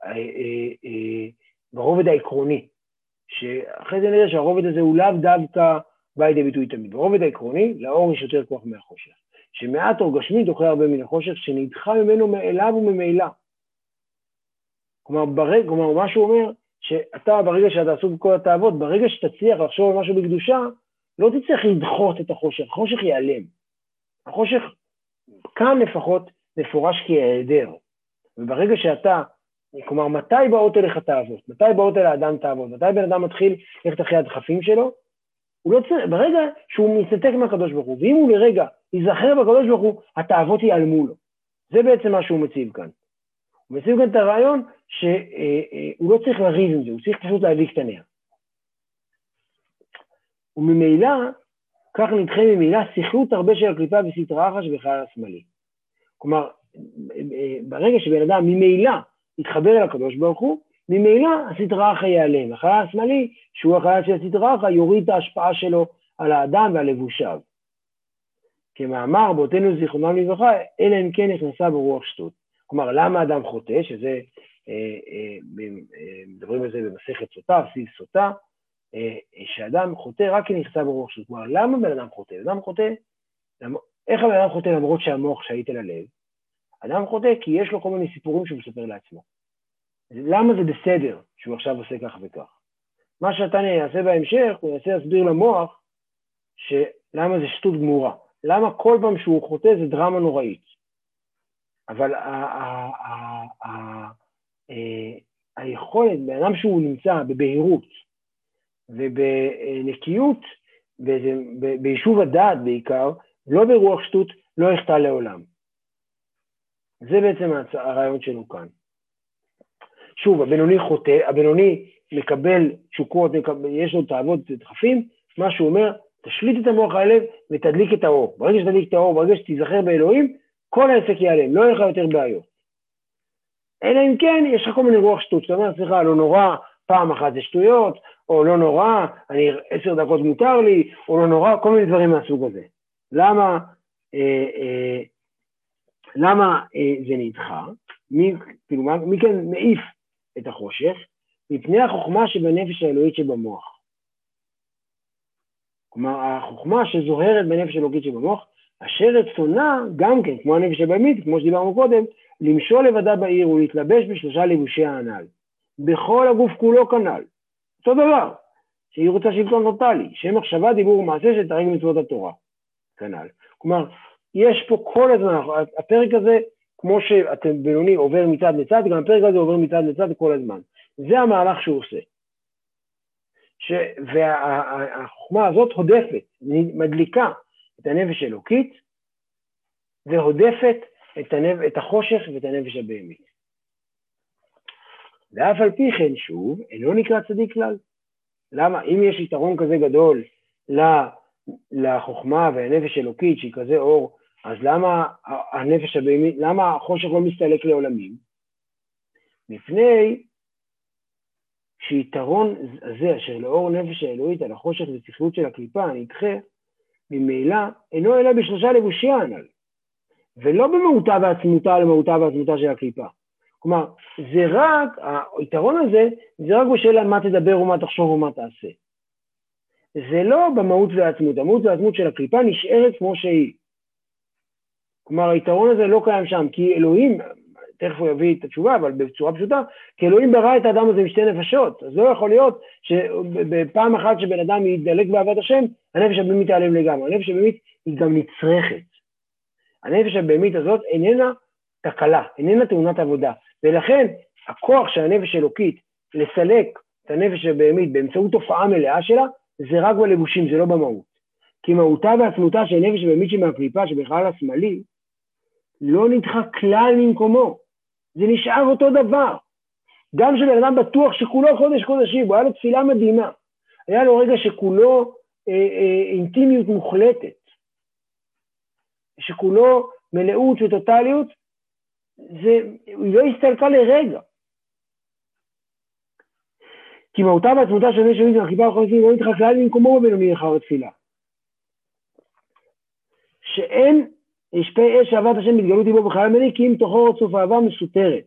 ברובד העקרוני, שאחרי זה נראה שהרובד הזה הוא לאו דווקא בא לידי ביטוי תמיד. ברובד העקרוני, לאור יש יותר כוח מהחושך. שמעט אור גשמי דוחה הרבה מן החושך, שנדחה ממנו מאליו וממילא. כלומר, מה שהוא אומר, שאתה ברגע שאתה עסוק בכל התאוות, ברגע שתצליח לחשוב על משהו בקדושה, לא תצטרך לדחות את החושך, החושך ייעלם. החושך כאן לפחות מפורש כהיעדר. וברגע שאתה, כלומר, מתי באות אליך תאוות? מתי באות אל האדם תאוות? מתי בן אדם מתחיל ללכת אחרי הדחפים שלו? הוא לא צריך, ברגע שהוא מסתתק מהקדוש ברוך הוא, ואם הוא לרגע ייזכר בקדוש ברוך הוא, התאוות ייעלמו לו. זה בעצם מה שהוא מציב כאן. הוא מציב כאן את הרעיון שהוא לא צריך לריב עם זה, הוא צריך פשוט להדליק את הנר. וממילא, כך נדחה ממילא, שכלות הרבה של הקליפה וסטרא אחרא שבחלל השמאלי. כלומר, ברגע שבן אדם ממילא יתחבר אל הקדוש ברוך הוא, ממילא הסטרא אחרא ייעלם. החלל השמאלי, שהוא החלל של הסטרא אחרא, יוריד את ההשפעה שלו על האדם ועל לבושיו. כמאמר באותנו זיכרונם לברכה, אלא אם כן נכנסה ברוח שטות. כלומר, למה אדם חוטא, שזה, מדברים על זה במסכת סוטה, סביב סוטה, שאדם חוטא רק כי נכנסה ברוח שטות. כלומר, למה בן אדם חוטא? אדם חוטא, איך הבן אדם חוטא למרות שהמוח שהיית ללב? אדם חוטא כי יש לו כל מיני סיפורים שהוא מספר לעצמו. למה זה בסדר שהוא עכשיו עושה כך וכך? מה שאתה יעשה בהמשך, הוא יעשה להסביר למוח שלמה זה שטות גמורה. למה כל פעם שהוא חוטא זה דרמה נוראית. אבל היכולת, באדם שהוא נמצא בבהירות ובנקיות, ביישוב הדעת בעיקר, לא ברוח שטות, לא יחטא לעולם. זה בעצם הרעיון שלנו כאן. שוב, הבינוני חוטא, הבינוני מקבל תשוקות, יש לו תאוות ודחפים, מה שהוא אומר, תשליט את המוח הלב ותדליק את האור. ברגע שתדליק את האור, ברגע שתיזכר באלוהים, כל העסק ייעלם, לא יהיה לך יותר בעיות. אלא אם כן, יש לך כל מיני רוח שטות, זאת אומרת, סליחה, לא נורא, פעם אחת זה שטויות, או לא נורא, 10 דקות מותר לי, או לא נורא, כל מיני דברים מהסוג הזה. למה זה נדחה? מי כן מעיף את החושך? מפני החוכמה שבנפש האלוהית שבמוח. כלומר, החוכמה שזוהרת בנפש האלוהית שבמוח, אשר רצונה גם כן, כמו הנפש הבהמית, כמו שדיברנו קודם, למשול לבדה בעיר ולהתלבש בשלושה לבושי הענל. בכל הגוף כולו כנ"ל. אותו דבר, שהיא רוצה שלטון טוטלי, שם מחשבה, דיבור ומעשה שתריג מצוות התורה. כנ"ל. כלומר, יש פה כל הזמן, הפרק הזה, כמו שאתם בינוני עובר מצד לצד, גם הפרק הזה עובר מצד לצד כל הזמן. זה המהלך שהוא עושה. והחוכמה הזאת הודפת, מדליקה את הנפש האלוקית, והודפת את החושך ואת הנפש הבהמית. ואף על פי כן שוב, אינו נקרא צדיק כלל. למה? אם יש יתרון כזה גדול לחוכמה והנפש האלוקית שהיא כזה אור, אז למה הנפש הבהמית, למה החושך לא מסתלק לעולמים? מפני שיתרון הזה אשר לאור נפש האלוהית על החושך וזכרות של הקליפה הנדחה, ממילא אינו אלא בשלושה לבושי הענל, ולא במהותה ועצמותה למהותה ועצמותה של הקליפה. כלומר, זה רק, היתרון הזה, זה רק בשאלה מה תדבר ומה תחשוב ומה תעשה. זה לא במהות והעצמות, המהות והעצמות של הקליפה נשארת כמו שהיא. כלומר, היתרון הזה לא קיים שם, כי אלוהים, תכף הוא יביא את התשובה, אבל בצורה פשוטה, כי אלוהים ברא את האדם הזה עם שתי נפשות, אז לא יכול להיות שבפעם אחת שבן אדם ידלק באהבת השם, הנפש הבהמית תיעלם לגמרי, הנפש הבהמית היא גם נצרכת. הנפש הבהמית הזאת איננה תקלה, איננה תאונת עבודה, ולכן הכוח של הנפש האלוקית לסלק את הנפש הבהמית באמצעות תופעה מלאה שלה, זה רק בלבושים, זה לא במהות. כי מהותה ועצמותה של הנפש הבהמית שמהקליפה, שבחלל השמאלי, לא נדחה כלל ממקומו. זה נשאר אותו דבר. גם שבן אדם בטוח שכולו חודש קודשים, הוא היה לו תפילה מדהימה. היה לו רגע שכולו אינטימיות מוחלטת. שכולו מלאות וטוטליות, היא לא הסתלקה לרגע. כי מהותה ועצמותה של הנפש הבהמית מהקליפה החודשים לא נדחה כלל ממקומו בבינוני אחר התפילה. שאין ישפה אש אהבת השם מתגלות בו בחלל מני, כי אם תוכו רצוף אהבה מסותרת.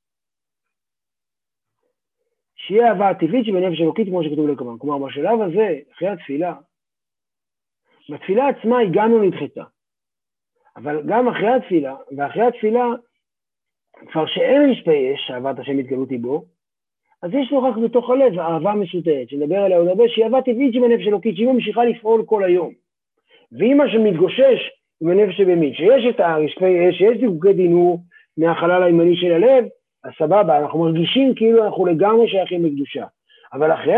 שיהיה אהבה הטבעית שבנפש אלוקית כמו שכתוב לקמן. כלומר, בשלב הזה, אחרי התפילה, בתפילה עצמה היא גם לא נדחתה. אבל גם אחרי התפילה, ואחרי התפילה, כבר שאין ישפה אש אהבת השם מתגלות בו, אז יש לו רק בתוך הלב אהבה מסותרת, שנדבר עליה עוד הרבה, שהיא אהבה טבעית שבנפש אלוקית, שהיא ממשיכה לפעול כל היום. ואם מה שמתגושש בנפש הבהמית, שיש את הרשפי אש, שיש דיווקי דינור מהחלל הימני של הלב, אז סבבה, אנחנו מרגישים כאילו אנחנו לגמרי שייכים בקדושה. אבל אחרי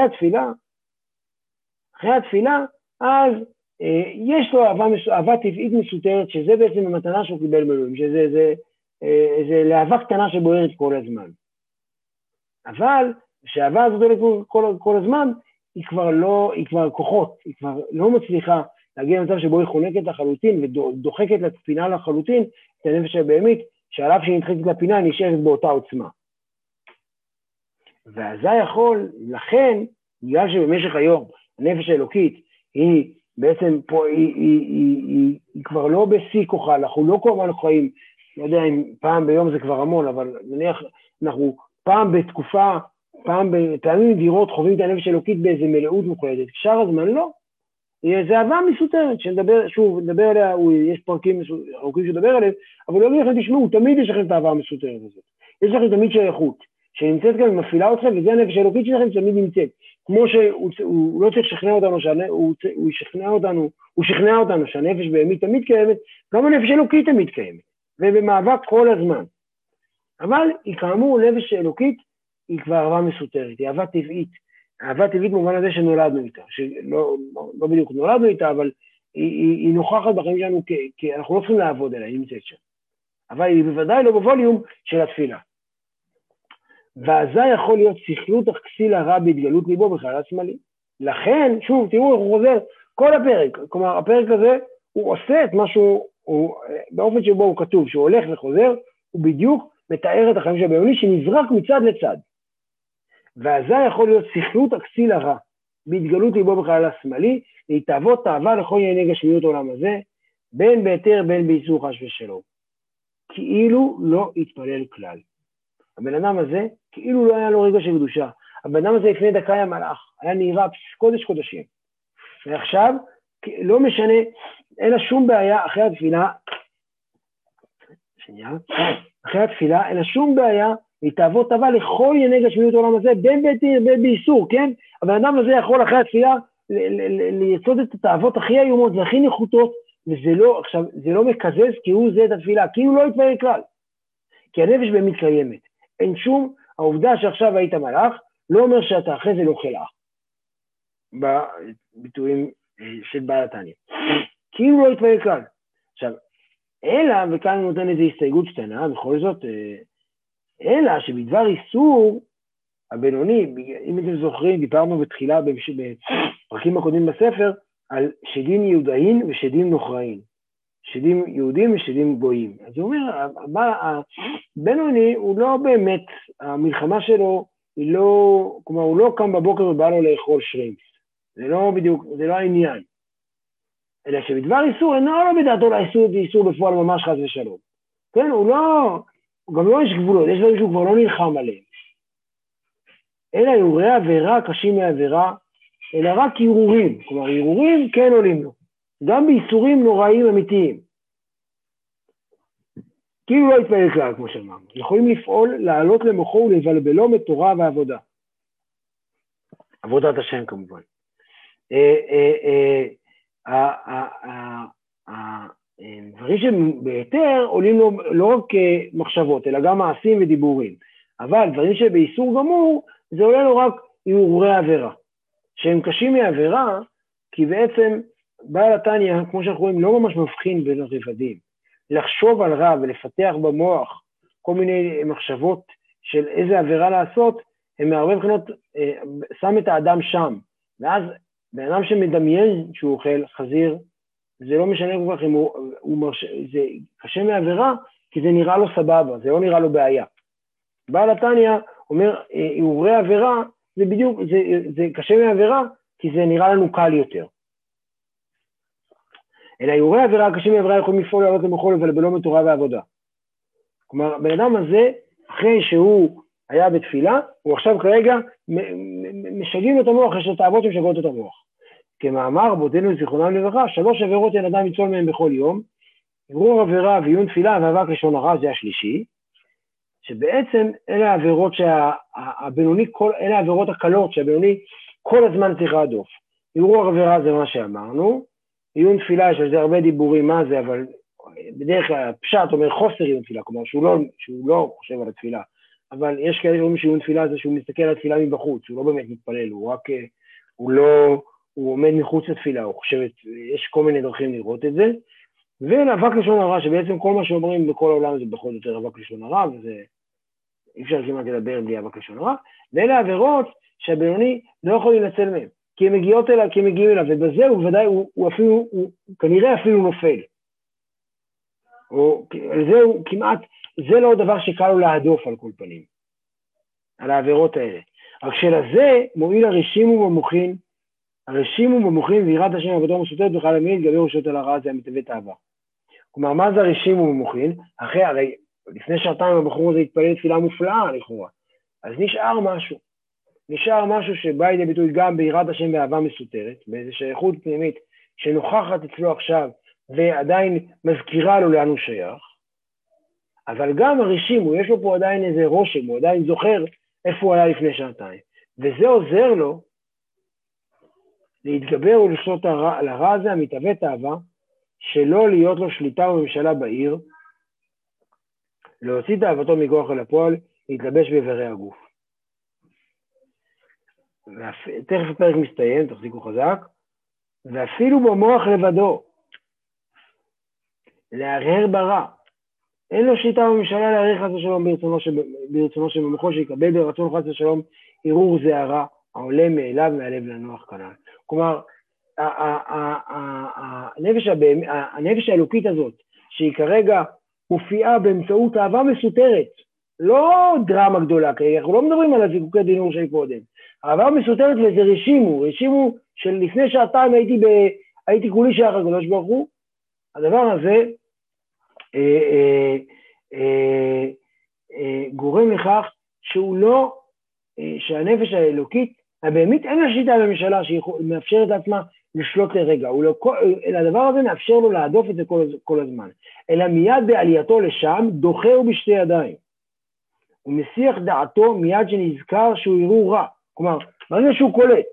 התפילה, אז יש לו אהבה טבעית מסותרת, שזה בעצם המתנה שהוא קיבל מאלוהים, שזה לאהבה קטנה שבוערת כל הזמן. אבל שהאהבה הזאת כל הזמן, היא כבר כוחות, היא כבר לא מצליחה להגיע למצב שבו היא חונקת לחלוטין ודוחקת לפינה לחלוטין את הנפש הבהמית, שעליו שהיא נדחקת לפינה נשארת באותה עוצמה. והזה יכול, לכן, בגלל שבמשך היום הנפש האלוקית היא בעצם פה, היא כבר לא בשיא כוחה, אנחנו לא כל הזמן חיים, לא יודע אם פעם ביום זה כבר המון, אבל נניח אנחנו פעם בתקופה, פעמים נדירות חווים את הנפש האלוקית באיזה מלאות מוחלטת, שאר הזמן לא. זה אהבה מסותרת, נדבר עליה, יש פרקים ארוכים שדבר עליהם, אבל לא אומר לכם, תשמעו, תמיד יש לכם את האהבה המסותרת הזאת. יש לכם תמיד שייכות, שנמצאת כאן ומפעילה אתכם, וזה הנפש האלוקית שלכם תמיד נמצאת. כמו שהוא לא צריך לשכנע אותנו, הוא שכנע אותנו שהנפש באמת תמיד קיימת, גם הנפש האלוקית תמיד קיימת, ובמאבק כל הזמן. אבל היא כאמור, נפש האלוקית היא כבר אהבה מסותרת, היא אהבה טבעית. אהבה טבעית במובן הזה שנולדנו איתה, שלא בדיוק נולדנו איתה, אבל היא נוכחת בחיים שלנו, כי אנחנו לא צריכים לעבוד עליה, היא נמצאת שם. אבל היא בוודאי לא בווליום של התפילה. והזה יכול להיות שכלות הכסיל הרע בהתגלות ליבו בחלל השמאלי. לכן, שוב, תראו, הוא חוזר כל הפרק, כלומר, הפרק הזה, הוא עושה את משהו, באופן שבו הוא כתוב, שהוא הולך וחוזר, הוא בדיוק מתאר את החיים של הבינוני, שנזרק מצד לצד. והזה יכול להיות שכלות הכסיל הרע, בהתגלות ליבו בחלל השמאלי, להתאבות תאווה לכל ענייני גשמיות העולם הזה, בין בהיתר בין באיסור חס ושלום. כאילו לא התפלל כלל. הבן אדם הזה, כאילו לא היה לו רגע של קדושה. הבן אדם הזה לפני דקה היה מלאך, היה נראה קודש קודשים. ועכשיו, לא משנה, אין לה שום בעיה אחרי התפילה, אין לה שום בעיה, להתאבות תאווה לכל ענייני גשמיות העולם הזה, בין בהיתר בין באיסור, כן? הבן אדם הזה יכול אחרי התפילה לייצוד את התאוות הכי איומות והכי נחותות, וזה לא, עכשיו, זה לא מקזז כי הוא זה את התפילה, כי הוא לא יתפלל כלל. כי הנפש באמת קיימת. אין שום, העובדה שעכשיו היית מלאך, לא אומר שאתה אחרי זה לא חלאה. בביטויים של בעל התניא. כי הוא לא יתפלל כלל. עכשיו, אלא, וכאן הוא נותן איזו הסתייגות קטנה, בכל זאת, אלא שבדבר איסור, הבינוני, אם אתם זוכרים, דיברנו בתחילה בפרקים הקודמים בספר, על שדים יהודאים ושדים נוכראים. שדים יהודים ושדים גויים. אז הוא אומר, הבינוני הוא לא באמת, המלחמה שלו היא לא, כלומר הוא לא קם בבוקר ובא לו לאכול שרימפס. זה לא בדיוק, זה לא העניין. אלא שבדבר איסור, אינו לא בדעתו לאיסור בפועל ממש חס ושלום. כן, הוא גם לא יש גבולות, יש דברים שהוא כבר לא נלחם עליהם. אלא הרהורי עבירה קשים מעבירה, אלא רק הרהורים. כלומר, הרהורים כן עולים לו. גם באיסורים נוראים אמיתיים. כאילו לא יתפלל כלל, כמו שאמרנו. יכולים לפעול, לעלות למוחו ולבלבלו מתורה ועבודה. עבודת השם כמובן. דברים שבהיתר עולים לו לא רק מחשבות, אלא גם מעשים ודיבורים. אבל דברים שבאיסור גמור, זה עולה לו רק הרהורי עבירה. שהם קשים מעבירה, כי בעצם בעל התניא, כמו שאנחנו רואים, לא ממש מבחין בין הרבדים. לחשוב על רע ולפתח במוח כל מיני מחשבות של איזה עבירה לעשות, הם מהרבה מבחינות שם את האדם שם. ואז בן אדם שמדמיין שהוא אוכל חזיר, זה לא משנה כל כך אם זה קשה מעבירה, כי זה נראה לו סבבה, זה לא נראה לו בעיה. בעל התניא אומר, הרהורי עבירה, זה בדיוק, זה קשה מעבירה, כי זה נראה לנו קל יותר. אלא הרהורי עבירה הקשים מעבירה יכולים לפעול לעלות למוחו ולבלבלו מתורה ועבודה. כלומר, בן אדם הזה, אחרי שהוא היה בתפילה, הוא עכשיו כרגע משגעים את המוח, יש לו תאוות שמשגעות את המוח. כמאמר רבותינו זיכרונם לברכה, 3 עבירות אין אדם יצול מהם בכל יום, הרהור עבירה ועיון תפילה ואבק לשון הרע, זה השלישי, שבעצם אלה העבירות שהבינוני, אלה העבירות הקלות שהבינוני כל הזמן צריך להדוף. הרהור עבירה זה מה שאמרנו, עיון תפילה יש על זה הרבה דיבורים מה זה, אבל בדרך כלל הפשט אומר חוסר עיון תפילה, כלומר שהוא לא חושב על התפילה, אבל יש כאלה שאומרים שעיון תפילה זה שהוא מסתכל על התפילה מבחוץ, הוא לא באמת מתפלל, הוא עומד מחוץ לתפילה, הוא חושב, יש כל מיני דרכים לראות את זה, ולאבק לשון הרע, שבעצם כל מה שאומרים בכל העולם זה בכל יותר אבק לשון הרע, וזה אי אפשר כמעט לדבר בלי אבק לשון הרע, ואלה העבירות שהבינוני לא יכול להינצל מהם, כי הם מגיעות אליו, כי הם מגיעים אליו, ובזה הוא ודאי, הוא כנראה אפילו נופל. על זה הוא כמעט, זה לא דבר שקל לו להדוף על כל פנים, על העבירות האלה. רק שלזה מועיל הרשימו במוחין, הרשימו במוחין ויראת השם עבודו מסותרת בכלל המעיד גבי ראשות על הרעה זה המתהווה תאווה. כלומר, מה זה הרשימו במוחין? הרי לפני שעתיים הבחור הזה התפלל תפילה מופלאה לכאורה, אז נשאר משהו שבא לידי ביטוי גם ביראת השם באהבה מסותרת, באיזו שייכות פנימית שנוכחת אצלו עכשיו ועדיין מזכירה לו לאן הוא שייך, אבל גם הרשימו, יש לו פה עדיין איזה רושם, הוא עדיין זוכר איפה הוא היה לפני שעתיים, וזה עוזר לו להתגבר ולשלוט על הרע הזה המתהווה תאווה, שלא להיות לו שליטה וממשלה בעיר, להוציא תאוותו מכוח אל הפועל, להתלבש באיברי הגוף. תכף הפרק מסתיים, תחזיקו חזק, ואפילו במוח לבדו, להרהר ברע, אין לו שליטה בממשלה להעריך חס ושלום ברצונו שבמוחו שיקבל ברצון חס ושלום ערעור זה הרע, העולה מאליו מהלב לנוח כנ"ל. כלומר, הנפש האלוקית הזאת, שהיא כרגע מופיעה באמצעות אהבה מסותרת, לא דרמה גדולה, כי אנחנו לא מדברים על הזיקוקי דינור של קודם, אהבה מסותרת וזה רשימו של לפני שעתיים הייתי כולי שייך לקדוש ברוך הוא, הדבר הזה גורם לכך שהוא לא, שהנפש האלוקית, הבאמת אין לה שליטה בממשלה שהיא מאפשרת לעצמה לשלוט לרגע, אלא הדבר הזה מאפשר לו להדוף את זה כל הזמן, אלא מיד בעלייתו לשם דוחר בשתי ידיים, הוא מסיח דעתו מיד שנזכר שהוא יראו רע, כלומר, ברגע שהוא קולט,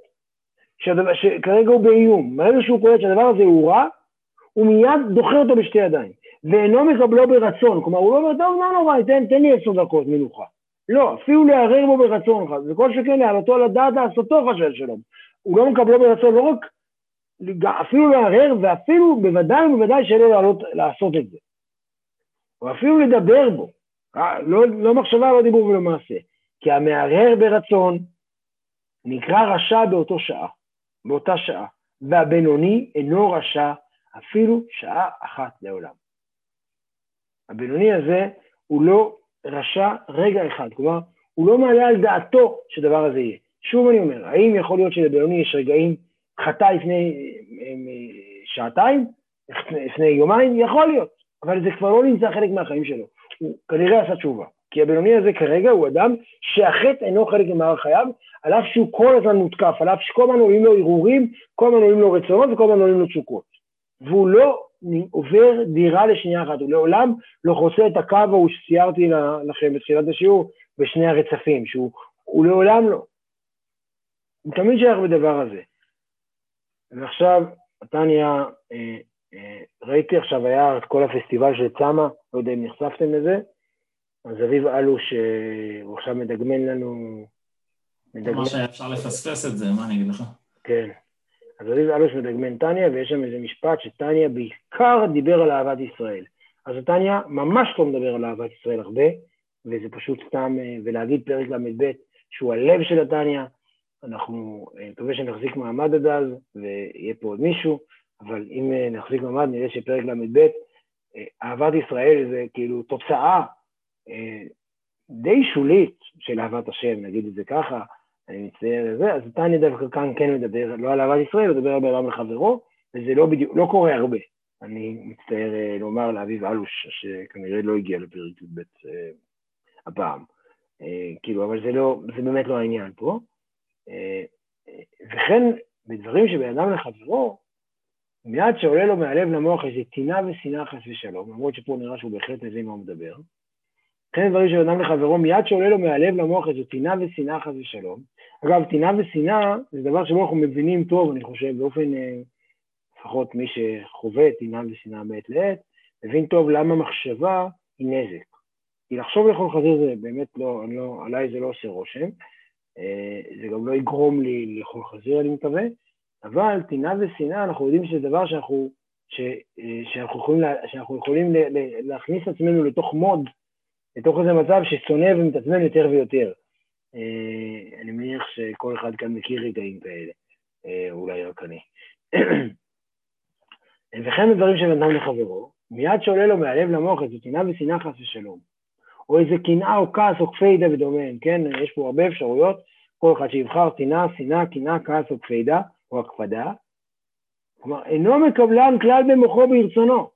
שכרגע הוא באיום, ברגע שהוא קולט שהדבר הזה הוא רע, הוא מיד דוחר אותו בשתי ידיים, ואינו מקבלו ברצון, כלומר הוא לא אומר, טוב, מה נורא, תן לי 10 דקות מנוחה, לא, אפילו לערער בו ברצון, וכל שכן להעלותו על הדעת לעשותו חשב שלום, הוא לא מקבלו ברצון, לא רק, אפילו לערער, ואפילו בוודאי שלא לעשות את זה, או אפילו לדבר בו, לא מחשבה, לא דיבור ולא מעשה, כי המערער ברצון נקרא רשע באותה שעה, והבינוני אינו רשע אפילו שעה אחת לעולם. הבינוני הזה הוא לא רשע רגע אחד, כלומר, הוא לא מעלה על דעתו שדבר הזה יהיה. שוב אני אומר, האם יכול להיות שלבינוני יש רגעים חטא לפני שעתיים, לפני יומיים? יכול להיות, אבל זה כבר לא נמצא חלק מהחיים שלו. הוא כנראה עשה תשובה, כי הבינוני הזה כרגע הוא אדם שהחטא אינו חלק ממערך חייו, על אף שהוא כל הזמן מותקף, על אף שכל הזמן עולים לו ערעורים, כל הזמן עולים לו רצונות וכל הזמן עולים לו תשוקות. והוא לא עובר דירה לשנייה אחת, הוא לעולם לא חוצה את הקו ההוא שציירתי לכם בתחילת השיעור בשני הרצפים, שהוא לעולם לא. הוא תמיד שייך בדבר הזה. ועכשיו, תניה, ראיתי עכשיו היה את כל הפסטיבל של צמה, לא יודע אם נחשפתם לזה, אז אביב אלוש, הוא עכשיו מדגמן לנו... מה שאפשר לפספס את זה, מה אני אגיד לך? כן. אז אביב אלוש מדגמן תניה, ויש שם איזה משפט שתניה בעיקר דיבר על אהבת ישראל. אז תניה ממש לא מדבר על אהבת ישראל הרבה, וזה פשוט סתם, ולהגיד פרק למ"ב שהוא הלב של תניה, אנחנו מקווה שנחזיק מעמד עד אז, ויהיה פה עוד מישהו, אבל אם נחזיק מעמד נראה שפרק למ"ב, אהבת ישראל זה כאילו תוצאה די שולית של אהבת השם, נגיד את זה ככה, אני מצטער לזה, אז תניה דווקא כאן כן מדבר, לא על אהבת ישראל, מדבר על אדם לחברו, וזה לא בדיוק, לא קורה הרבה. אני מצטער לומר לאביב אלוש, שכנראה לא הגיע לפרק י"ב הפעם. כאילו, אבל זה באמת לא העניין פה. וכן, בדברים שבאדם לחברו, מיד שעולה לו מהלב למוח איזה טינה ושנאה חס ושלום, למרות שפה נראה שהוא בהחלט מבין מה הוא מדבר, כן, דברים שבאדם לחברו, מיד שעולה לו מהלב למוח איזה טינה ושנאה חס ושלום. אגב, טינה ושנאה זה דבר שבו אנחנו מבינים טוב, אני חושב, באופן, לפחות מי שחווה טינה ושנאה מעת לעת, מבין טוב למה מחשבה היא נזק. כי לחשוב לאכול חזיר זה באמת לא, עליי זה לא עושה רושם, זה גם לא יגרום לי לאכול חזיר, אני מקווה, אבל טינה ושנאה, אנחנו יודעים שזה דבר שאנחנו יכולים להכניס עצמנו לתוך מוד, לתוך איזה מצב ששונא ומתעצבן יותר ויותר. אני מניח שכל אחד כאן מכיר רגעים כאלה, אולי רק אני. וכן הדברים שבאדם לחברו, מיד שעולה לו מהלב למוח איזו טינה ושנאה חס ושלום, או איזה קנאה או כעס או כפי ידע ודומיהם, כן? יש פה הרבה אפשרויות, כל אחד שיבחר טינה, שנאה, קנאה, כעס או כפידה, או הקפדה, כלומר, אינו מקבלן כלל במוחו ברצונו.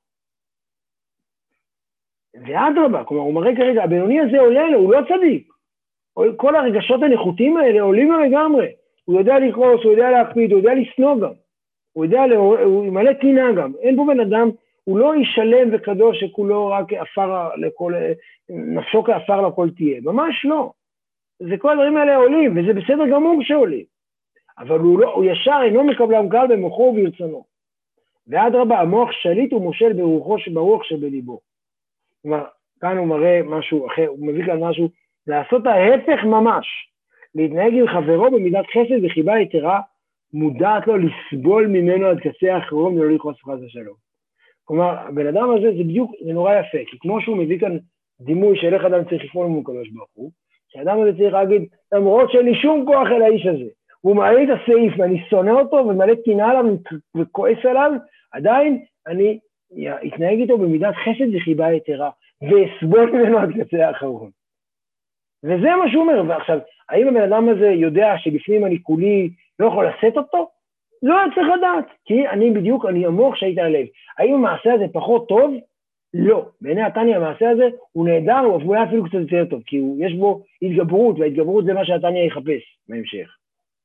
ואדרבה, כלומר, הוא מראה כרגע, הבינוני הזה עולה לו, הוא לא צדיק. כל הרגשות הנחותים האלה עולים לו לגמרי. הוא יודע לכעוס, הוא יודע להקפיד, הוא יודע לשנוא גם. הוא מלא טינה גם. אין פה בן אדם, הוא לא ישלם וקדוש שכולו רק אפר לכל, נפשו כאפר לכל תהיה. ממש לא. זה כל הדברים האלה עולים, וזה בסדר גמור שעולים. אבל הוא ישר אינו מקבלם כלל במוחו וברצונו. ואדרבה, המוח שליט ומושל ברוח שבליבו. כלומר, כאן הוא מראה משהו אחר, הוא מביא כאן משהו, לעשות ההפך ממש, להתנהג עם חברו במידת חסד וחיבה יתרה, מודעת לו לסבול ממנו עד קצה האחרון ולא לכעוס חס ושלום. כלומר, הבן אדם הזה זה בדיוק, זה נורא יפה, כי כמו שהוא מביא כאן דימוי של איך אדם צריך לפעול מול הקדוש ברוך הוא, שהאדם הזה צריך להגיד, למרות שאין לי שום כוח אל האיש הזה, הוא מעלה את הסעיף ואני שונא אותו ומלא קנאה עליו וכועס עליו, עדיין אני אתנהג איתו במידת חסד וחיבה יתרה, ואסבול ממנו עד קצה האחרון. וזה מה שהוא אומר. ועכשיו, האם הבן אדם הזה יודע שבפנים אני כולי לא יכול לשאת אותו? לא צריך לדעת, כי אני המוח שהיית הלב. האם המעשה הזה פחות טוב? לא. בעיני התניא המעשה הזה הוא נהדר, הוא היה אפילו קצת יותר טוב, כי יש בו התגברות, וההתגברות זה מה שהתניא יחפש בהמשך.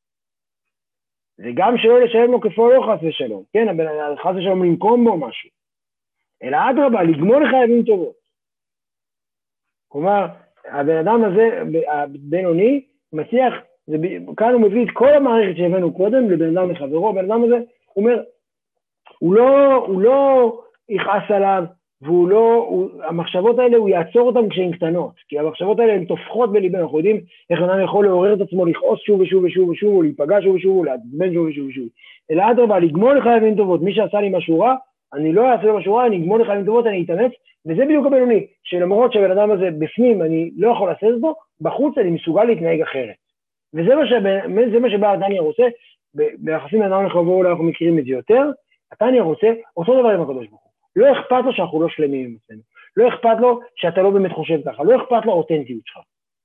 וגם שלא לשלם לו כפועלו חס ושלום, כן, חס ושלום לנקום בו משהו. אלא אדרבה, לגמול לחייבים טובות. כלומר, הבן אדם הזה, הבינוני, מצליח, כאן הוא מביא את כל המערכת שהבאנו קודם, לבן אדם לחברו, הבן אדם הזה, הוא אומר, הוא לא יכעס עליו, המחשבות האלה, הוא יעצור אותן כשהן קטנות, כי המחשבות האלה הן תופחות בליבנו, אנחנו יודעים איך אדם יכול לעורר את עצמו, לכעוס שוב ושוב ושוב ושוב, או להיפגע שוב ושוב, או לעצבן שוב ושוב ושוב. אלא אדרבה, לגמול לחייבים טובות, מי שעשה לי משהו רע, אני לא אעשה לו משהו רע, אני אגמול לחייבים טובות, אני אתאמץ, וזה בדיוק הבינוני, שלמרות שהבן אדם הזה בפנים, אני לא יכול לעשות אותו, בחוץ אני מסוגל להתנהג אחרת. וזה מה שבא התניא רוצה, ביחסים בין אדם לחברו, אנחנו מכירים את זה יותר, התניא רוצה אותו דבר עם הקדוש ברוך הוא. לא אכפת לו שאנחנו לא שלמים עם עצמנו, לא אכפת לו שאתה לא באמת חושב ככה, לא אכפת לו האותנטיות שלך.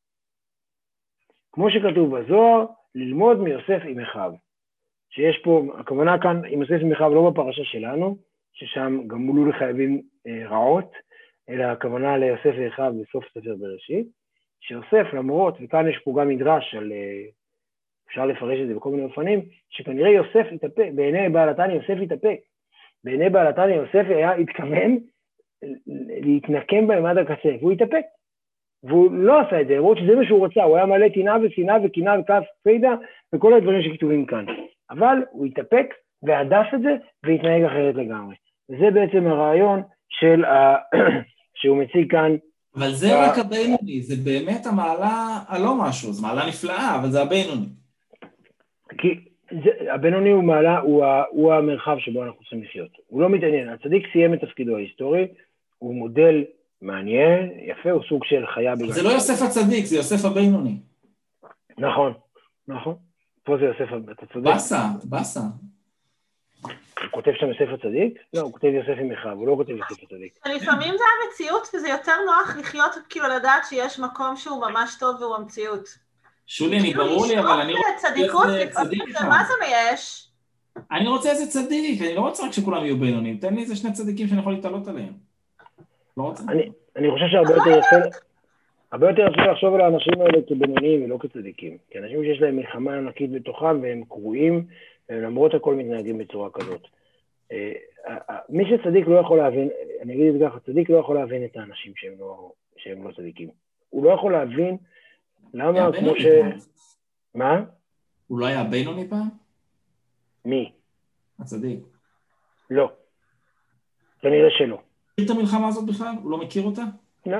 כמו שכתוב בזוהר, ללמוד מיוסף עם אחיו. שיש פה, הכוונה כאן עם יוסף עם אחיו לא בפרשה שלנו, ששם גמלו לחייבים רעות, אלא הכוונה ליוסף ואחיו בסוף ספר בראשית, שיוסף למרות, וכאן יש פה גם מדרש על, אפשר לפרש את זה בכל מיני אופנים, שכנראה יוסף יתאפק, בעיני בעל התניא יוסף יתאפק, בעיני בעל התניא יוסף היה התכוון להתנקם בהם עד הקצה, והוא התאפק, והוא לא עשה את זה, למרות שזה מה שהוא רצה, הוא היה מלא טינה ושנאה וקנאה וכעס ופחד וכל הדברים שכתובים כאן, אבל הוא התאפק והדף את זה והתנהג אחרת לגמרי. וזה בעצם הרעיון של שהוא מציג כאן. אבל זה רק הבינוני, זה באמת המעלה הלא משהו, זו מעלה נפלאה, אבל זה הבינוני. כי הבינוני הוא מעלה, הוא המרחב שבו אנחנו צריכים לחיות. הוא לא מתעניין, הצדיק סיים את תפקידו ההיסטורי, הוא מודל מעניין, יפה, הוא סוג של חיה בגלל. זה לא יוסף הצדיק, זה יוסף הבינוני. נכון, נכון. פה זה יוסף, אתה צודק. בסה. הוא כותב שם יוסף הצדיק? לא, הוא כותב יוסף עם אחיו, הוא לא כותב יוסף הצדיק. לפעמים זה המציאות, וזה יותר נוח לחיות כאילו לדעת שיש מקום שהוא ממש טוב והוא המציאות. שולי, אני ברור לי, אבל אני רוצה איזה צדיק. מה זה מייש? אני רוצה איזה צדיק, אני לא רוצה רק שכולם יהיו בינונים, תן לי איזה שני צדיקים שאני יכול להתעלות עליהם. לא רוצה. אני חושב שהרבה יותר יפה לחשוב על האנשים האלה כבינונים ולא כצדיקים. כי אנשים שיש להם מלחמה ענקית בתוכם והם קרועים, למרות הכל מתנהגים בצורה כזאת. מי שצדיק לא יכול להבין, אני אגיד את זה ככה, צדיק לא יכול להבין את האנשים שהם לא צדיקים. הוא לא יכול להבין למה כמו ש... מה? הוא לא היה בינוני פעם? מי? הצדיק. לא. כנראה שלא. מכיר את המלחמה הזאת בכלל? הוא לא מכיר אותה? לא.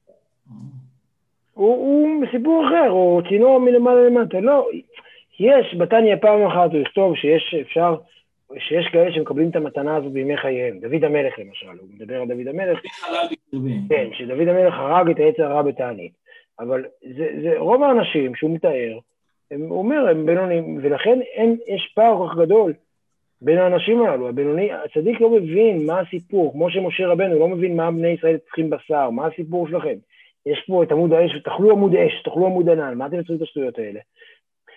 הוא בסיפור אחר, הוא צינור מלמעלה למטה. לא, יש, בתניא פעם אחת הוא יכתוב שיש כאלה שמקבלים את המתנה הזאת בימי חייהם. דוד המלך למשל, הוא מדבר על דוד המלך. כן, שדוד המלך הרג את העץ הרע בתענית. אבל זה רוב האנשים שהוא מתאר, הוא אומר, הם בינונים, ולכן יש פער כל כך גדול בין האנשים הללו. הבינוני, הצדיק לא מבין מה הסיפור, כמו שמשה רבנו לא מבין מה בני ישראל צריכים בשר, מה הסיפור שלכם. יש פה את עמוד האש, תאכלו עמוד אש, תאכלו עמוד ענן, מה אתם צריכים את השטויות האלה?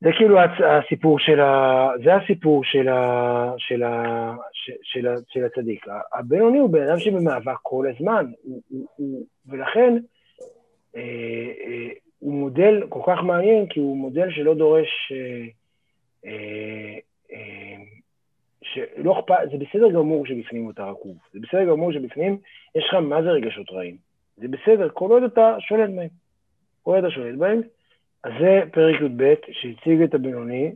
זה כאילו הסיפור של הצדיק. הבינוני הוא בן אדם שבמאבק כל הזמן, ולכן הוא מודל כל כך מעניין, כי הוא מודל שלא דורש, שלא אכפת, זה בסדר גמור שבפנים אתה רקוב, זה בסדר גמור שבפנים יש לך מה זה רגשות רעים, זה בסדר, כל עוד אתה שולט בהם, כל עוד אתה שולט בהם. אז זה פרק י"ב שהציג את הבינוני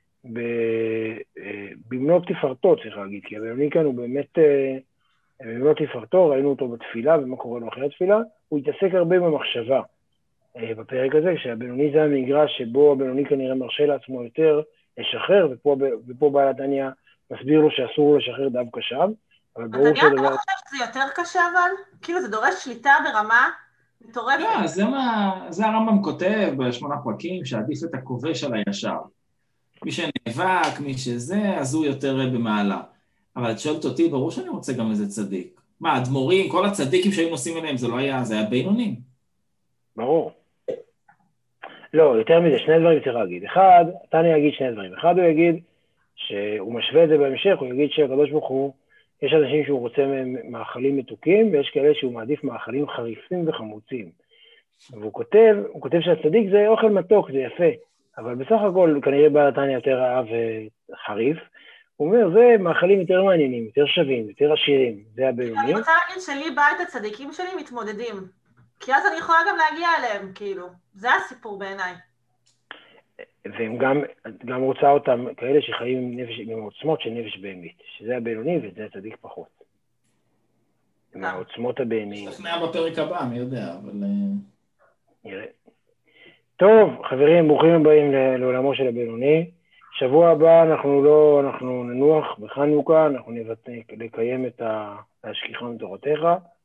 במלוא תפארתו, צריך להגיד, כי הבינוני כאן הוא באמת במלוא תפארתו, ראינו אותו בתפילה ומה קורה לו אחרי התפילה, הוא התעסק הרבה במחשבה בפרק הזה, כשהבינוני זה המגרש שבו הבינוני כנראה מרשה לעצמו יותר לשחרר, ופה בעל התניא מסביר לו שאסור לשחרר דווקא שם, אבל ברור אתה לא חושב שזה יותר קשה אבל? כאילו זה דורש שליטה ברמה מטורפת. לא, זה הרמב"ם כותב בשמונה פרקים, שעדיף את הכובש על הישר. מי שנאבק, מי שזה, אז הוא יותר במעלה. אבל את שואלת אותי, ברור שאני רוצה גם איזה צדיק. מה, הדמורים, כל הצדיקים שהיו נוסעים אליהם, זה לא היה, זה היה בינונים. ברור. לא, יותר מזה, שני דברים צריך להגיד. אחד, תניא יגיד שני דברים. אחד, הוא יגיד שהוא משווה את זה בהמשך, הוא יגיד שהקדוש ברוך הוא, יש אנשים שהוא רוצה מאכלים מתוקים, ויש כאלה שהוא מעדיף מאכלים חריפים וחמוצים. והוא כותב שהצדיק זה אוכל מתוק, זה יפה, אבל בסך הכל כנראה בעל התניא יותר אהב חריף, הוא אומר, זה מאכלים יותר מעניינים, יותר שווים, יותר עשירים, זה הבינוני. אני רוצה להגיד שלי בית הצדיקים שלי מתמודדים, כי אז אני יכולה גם להגיע אליהם, כאילו, זה הסיפור בעיניי. והם גם רוצה אותם כאלה שחיים עם עוצמות של נפש בהמית, שזה הבינוני וזה הצדיק פחות. עם העוצמות הבהמיים. שכנע בפרק הבא, מי יודע, אבל... נראה. טוב, חברים, ברוכים הבאים לעולמו של הבינוני. שבוע הבא אנחנו ננוח בחנוכה, אנחנו לקיים את השכיחה מתורתך,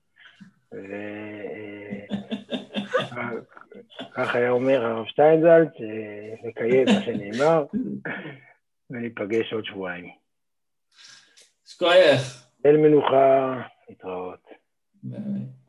כך היה אומר הרב שטיינזלץ, לקיים מה שנאמר, וניפגש עוד שבועיים. שכוייך. אל מנוחה, להתראות.